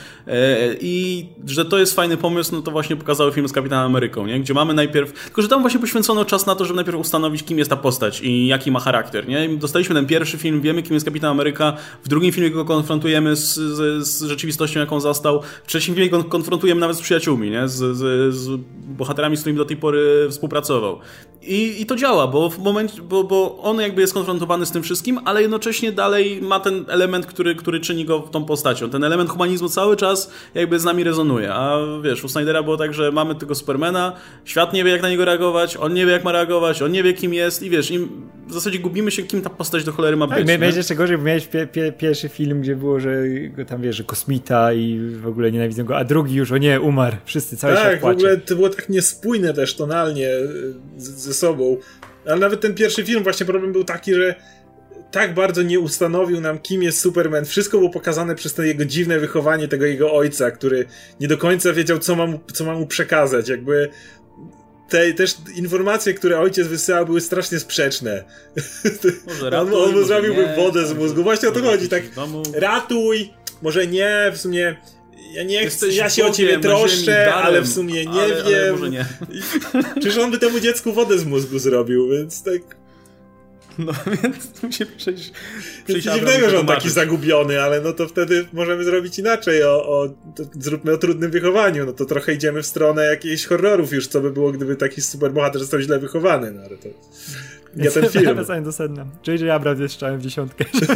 I że to jest fajny pomysł, no to właśnie pokazały film z Kapitanem Ameryką, nie? Gdzie mamy najpierw... Tylko, że tam właśnie poświęcono czas na to, żeby najpierw ustanowić, kim jest ta postać i jaki ma charakter, nie? I dostaliśmy ten pierwszy film, wiemy, kim jest Kapitan Ameryka, w drugim filmie go konfrontujemy z rzeczywistością, jaką zastał, w trzecim filmie go konfrontujemy nawet z przyjaciółmi, nie? Z bohaterami, z którymi do tej pory współpracował. I to działa, bo w momencie, bo on jakby jest konfrontowany z tym wszystkim, ale jednocześnie dalej ma ten element, który czyni go tą postacią. Ten element humanizmu cały czas jakby z nami rezonuje. A wiesz, u Snydera było tak, że mamy tego Supermana, świat nie wie, jak na niego reagować, on nie wie, jak ma reagować, on nie wie, kim jest i wiesz, w zasadzie gubimy się, kim ta postać do cholery ma być. Tak, będzie jeszcze gorzej, bo miałeś pierwszy film, gdzie było, że tam wiesz, że kosmita i w ogóle nienawidzą go, a drugi już, o nie, umarł. Wszyscy, cały świat płacze. Tak, w ogóle to było tak niespójne też tonalnie ze sobą. Ale nawet ten pierwszy film, właśnie problem był taki, że tak bardzo nie ustanowił nam, kim jest Superman. Wszystko było pokazane przez to jego dziwne wychowanie tego jego ojca, który nie do końca wiedział, co ma mu przekazać. Jakby też informacje, które ojciec wysyłał, były strasznie sprzeczne. On mu zrobiłby wodę z mózgu. Właśnie o to chodzi. Tak, ratuj, może nie, w sumie... Ja się o ciebie troszczę, ale w sumie nie wiem. Ale może nie. Czyż on by temu dziecku wodę z mózgu zrobił, więc tak... No więc musimy przejść dziwnego, że on taki zagubiony, ale no to wtedy możemy zrobić inaczej. Zróbmy o trudnym wychowaniu. No to trochę idziemy w stronę jakichś horrorów już, co by było, gdyby taki superbohater został źle wychowany. No ale to... Ja ten film. Wracając do sedna. J.J. Abrams jest strzałem w 10.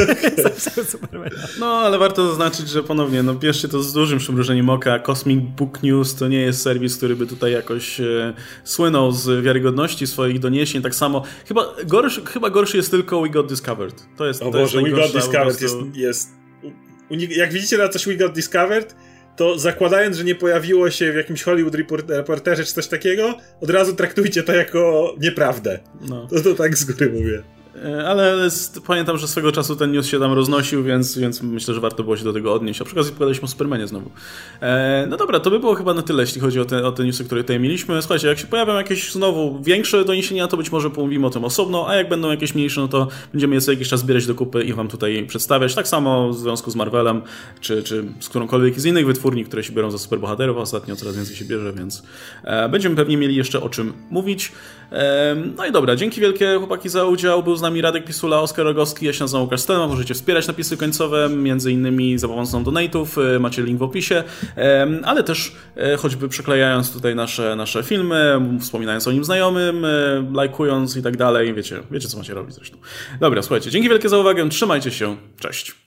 No, ale warto zaznaczyć, że ponownie, no bierzcie to z dużym przymrużeniem oka. Cosmic Book News to nie jest serwis, który by tutaj jakoś słynął z wiarygodności swoich doniesień. Tak samo, chyba gorszy jest tylko We Got Discovered. To jest, o Boże, We Got Discovered jest jak widzicie na coś We Got Discovered, to zakładając, że nie pojawiło się w jakimś Hollywood Reporterze czy coś takiego, od razu traktujcie to jako nieprawdę. No. To tak z góry mówię. Ale pamiętam, że swego czasu ten news się tam roznosił, więc myślę, że warto było się do tego odnieść. A przy okazji pogadaliśmy o Supermanie znowu. No dobra, to by było chyba na tyle, jeśli chodzi o te newsy, które tutaj mieliśmy. Słuchajcie, jak się pojawią jakieś znowu większe doniesienia, to być może pomówimy o tym osobno, a jak będą jakieś mniejsze, no to będziemy je co jakiś czas zbierać do kupy i wam tutaj przedstawiać. Tak samo w związku z Marvelem, czy z którąkolwiek z innych wytwórni, które się biorą za superbohaterów. Ostatnio coraz więcej się bierze, więc będziemy pewnie mieli jeszcze o czym mówić. No i dobra, dzięki wielkie chłopaki za udział. Był z nami Radek Pisula, Oskar Rogowski, ja się nazywam Łukasz Stelma. Możecie wspierać napisy końcowe, między innymi za pomocą donate'ów, macie link w opisie, ale też choćby przyklejając tutaj nasze filmy, wspominając o nim znajomym, lajkując i tak dalej. Wiecie co macie robić zresztą. Dobra, słuchajcie, dzięki wielkie za uwagę, trzymajcie się, cześć.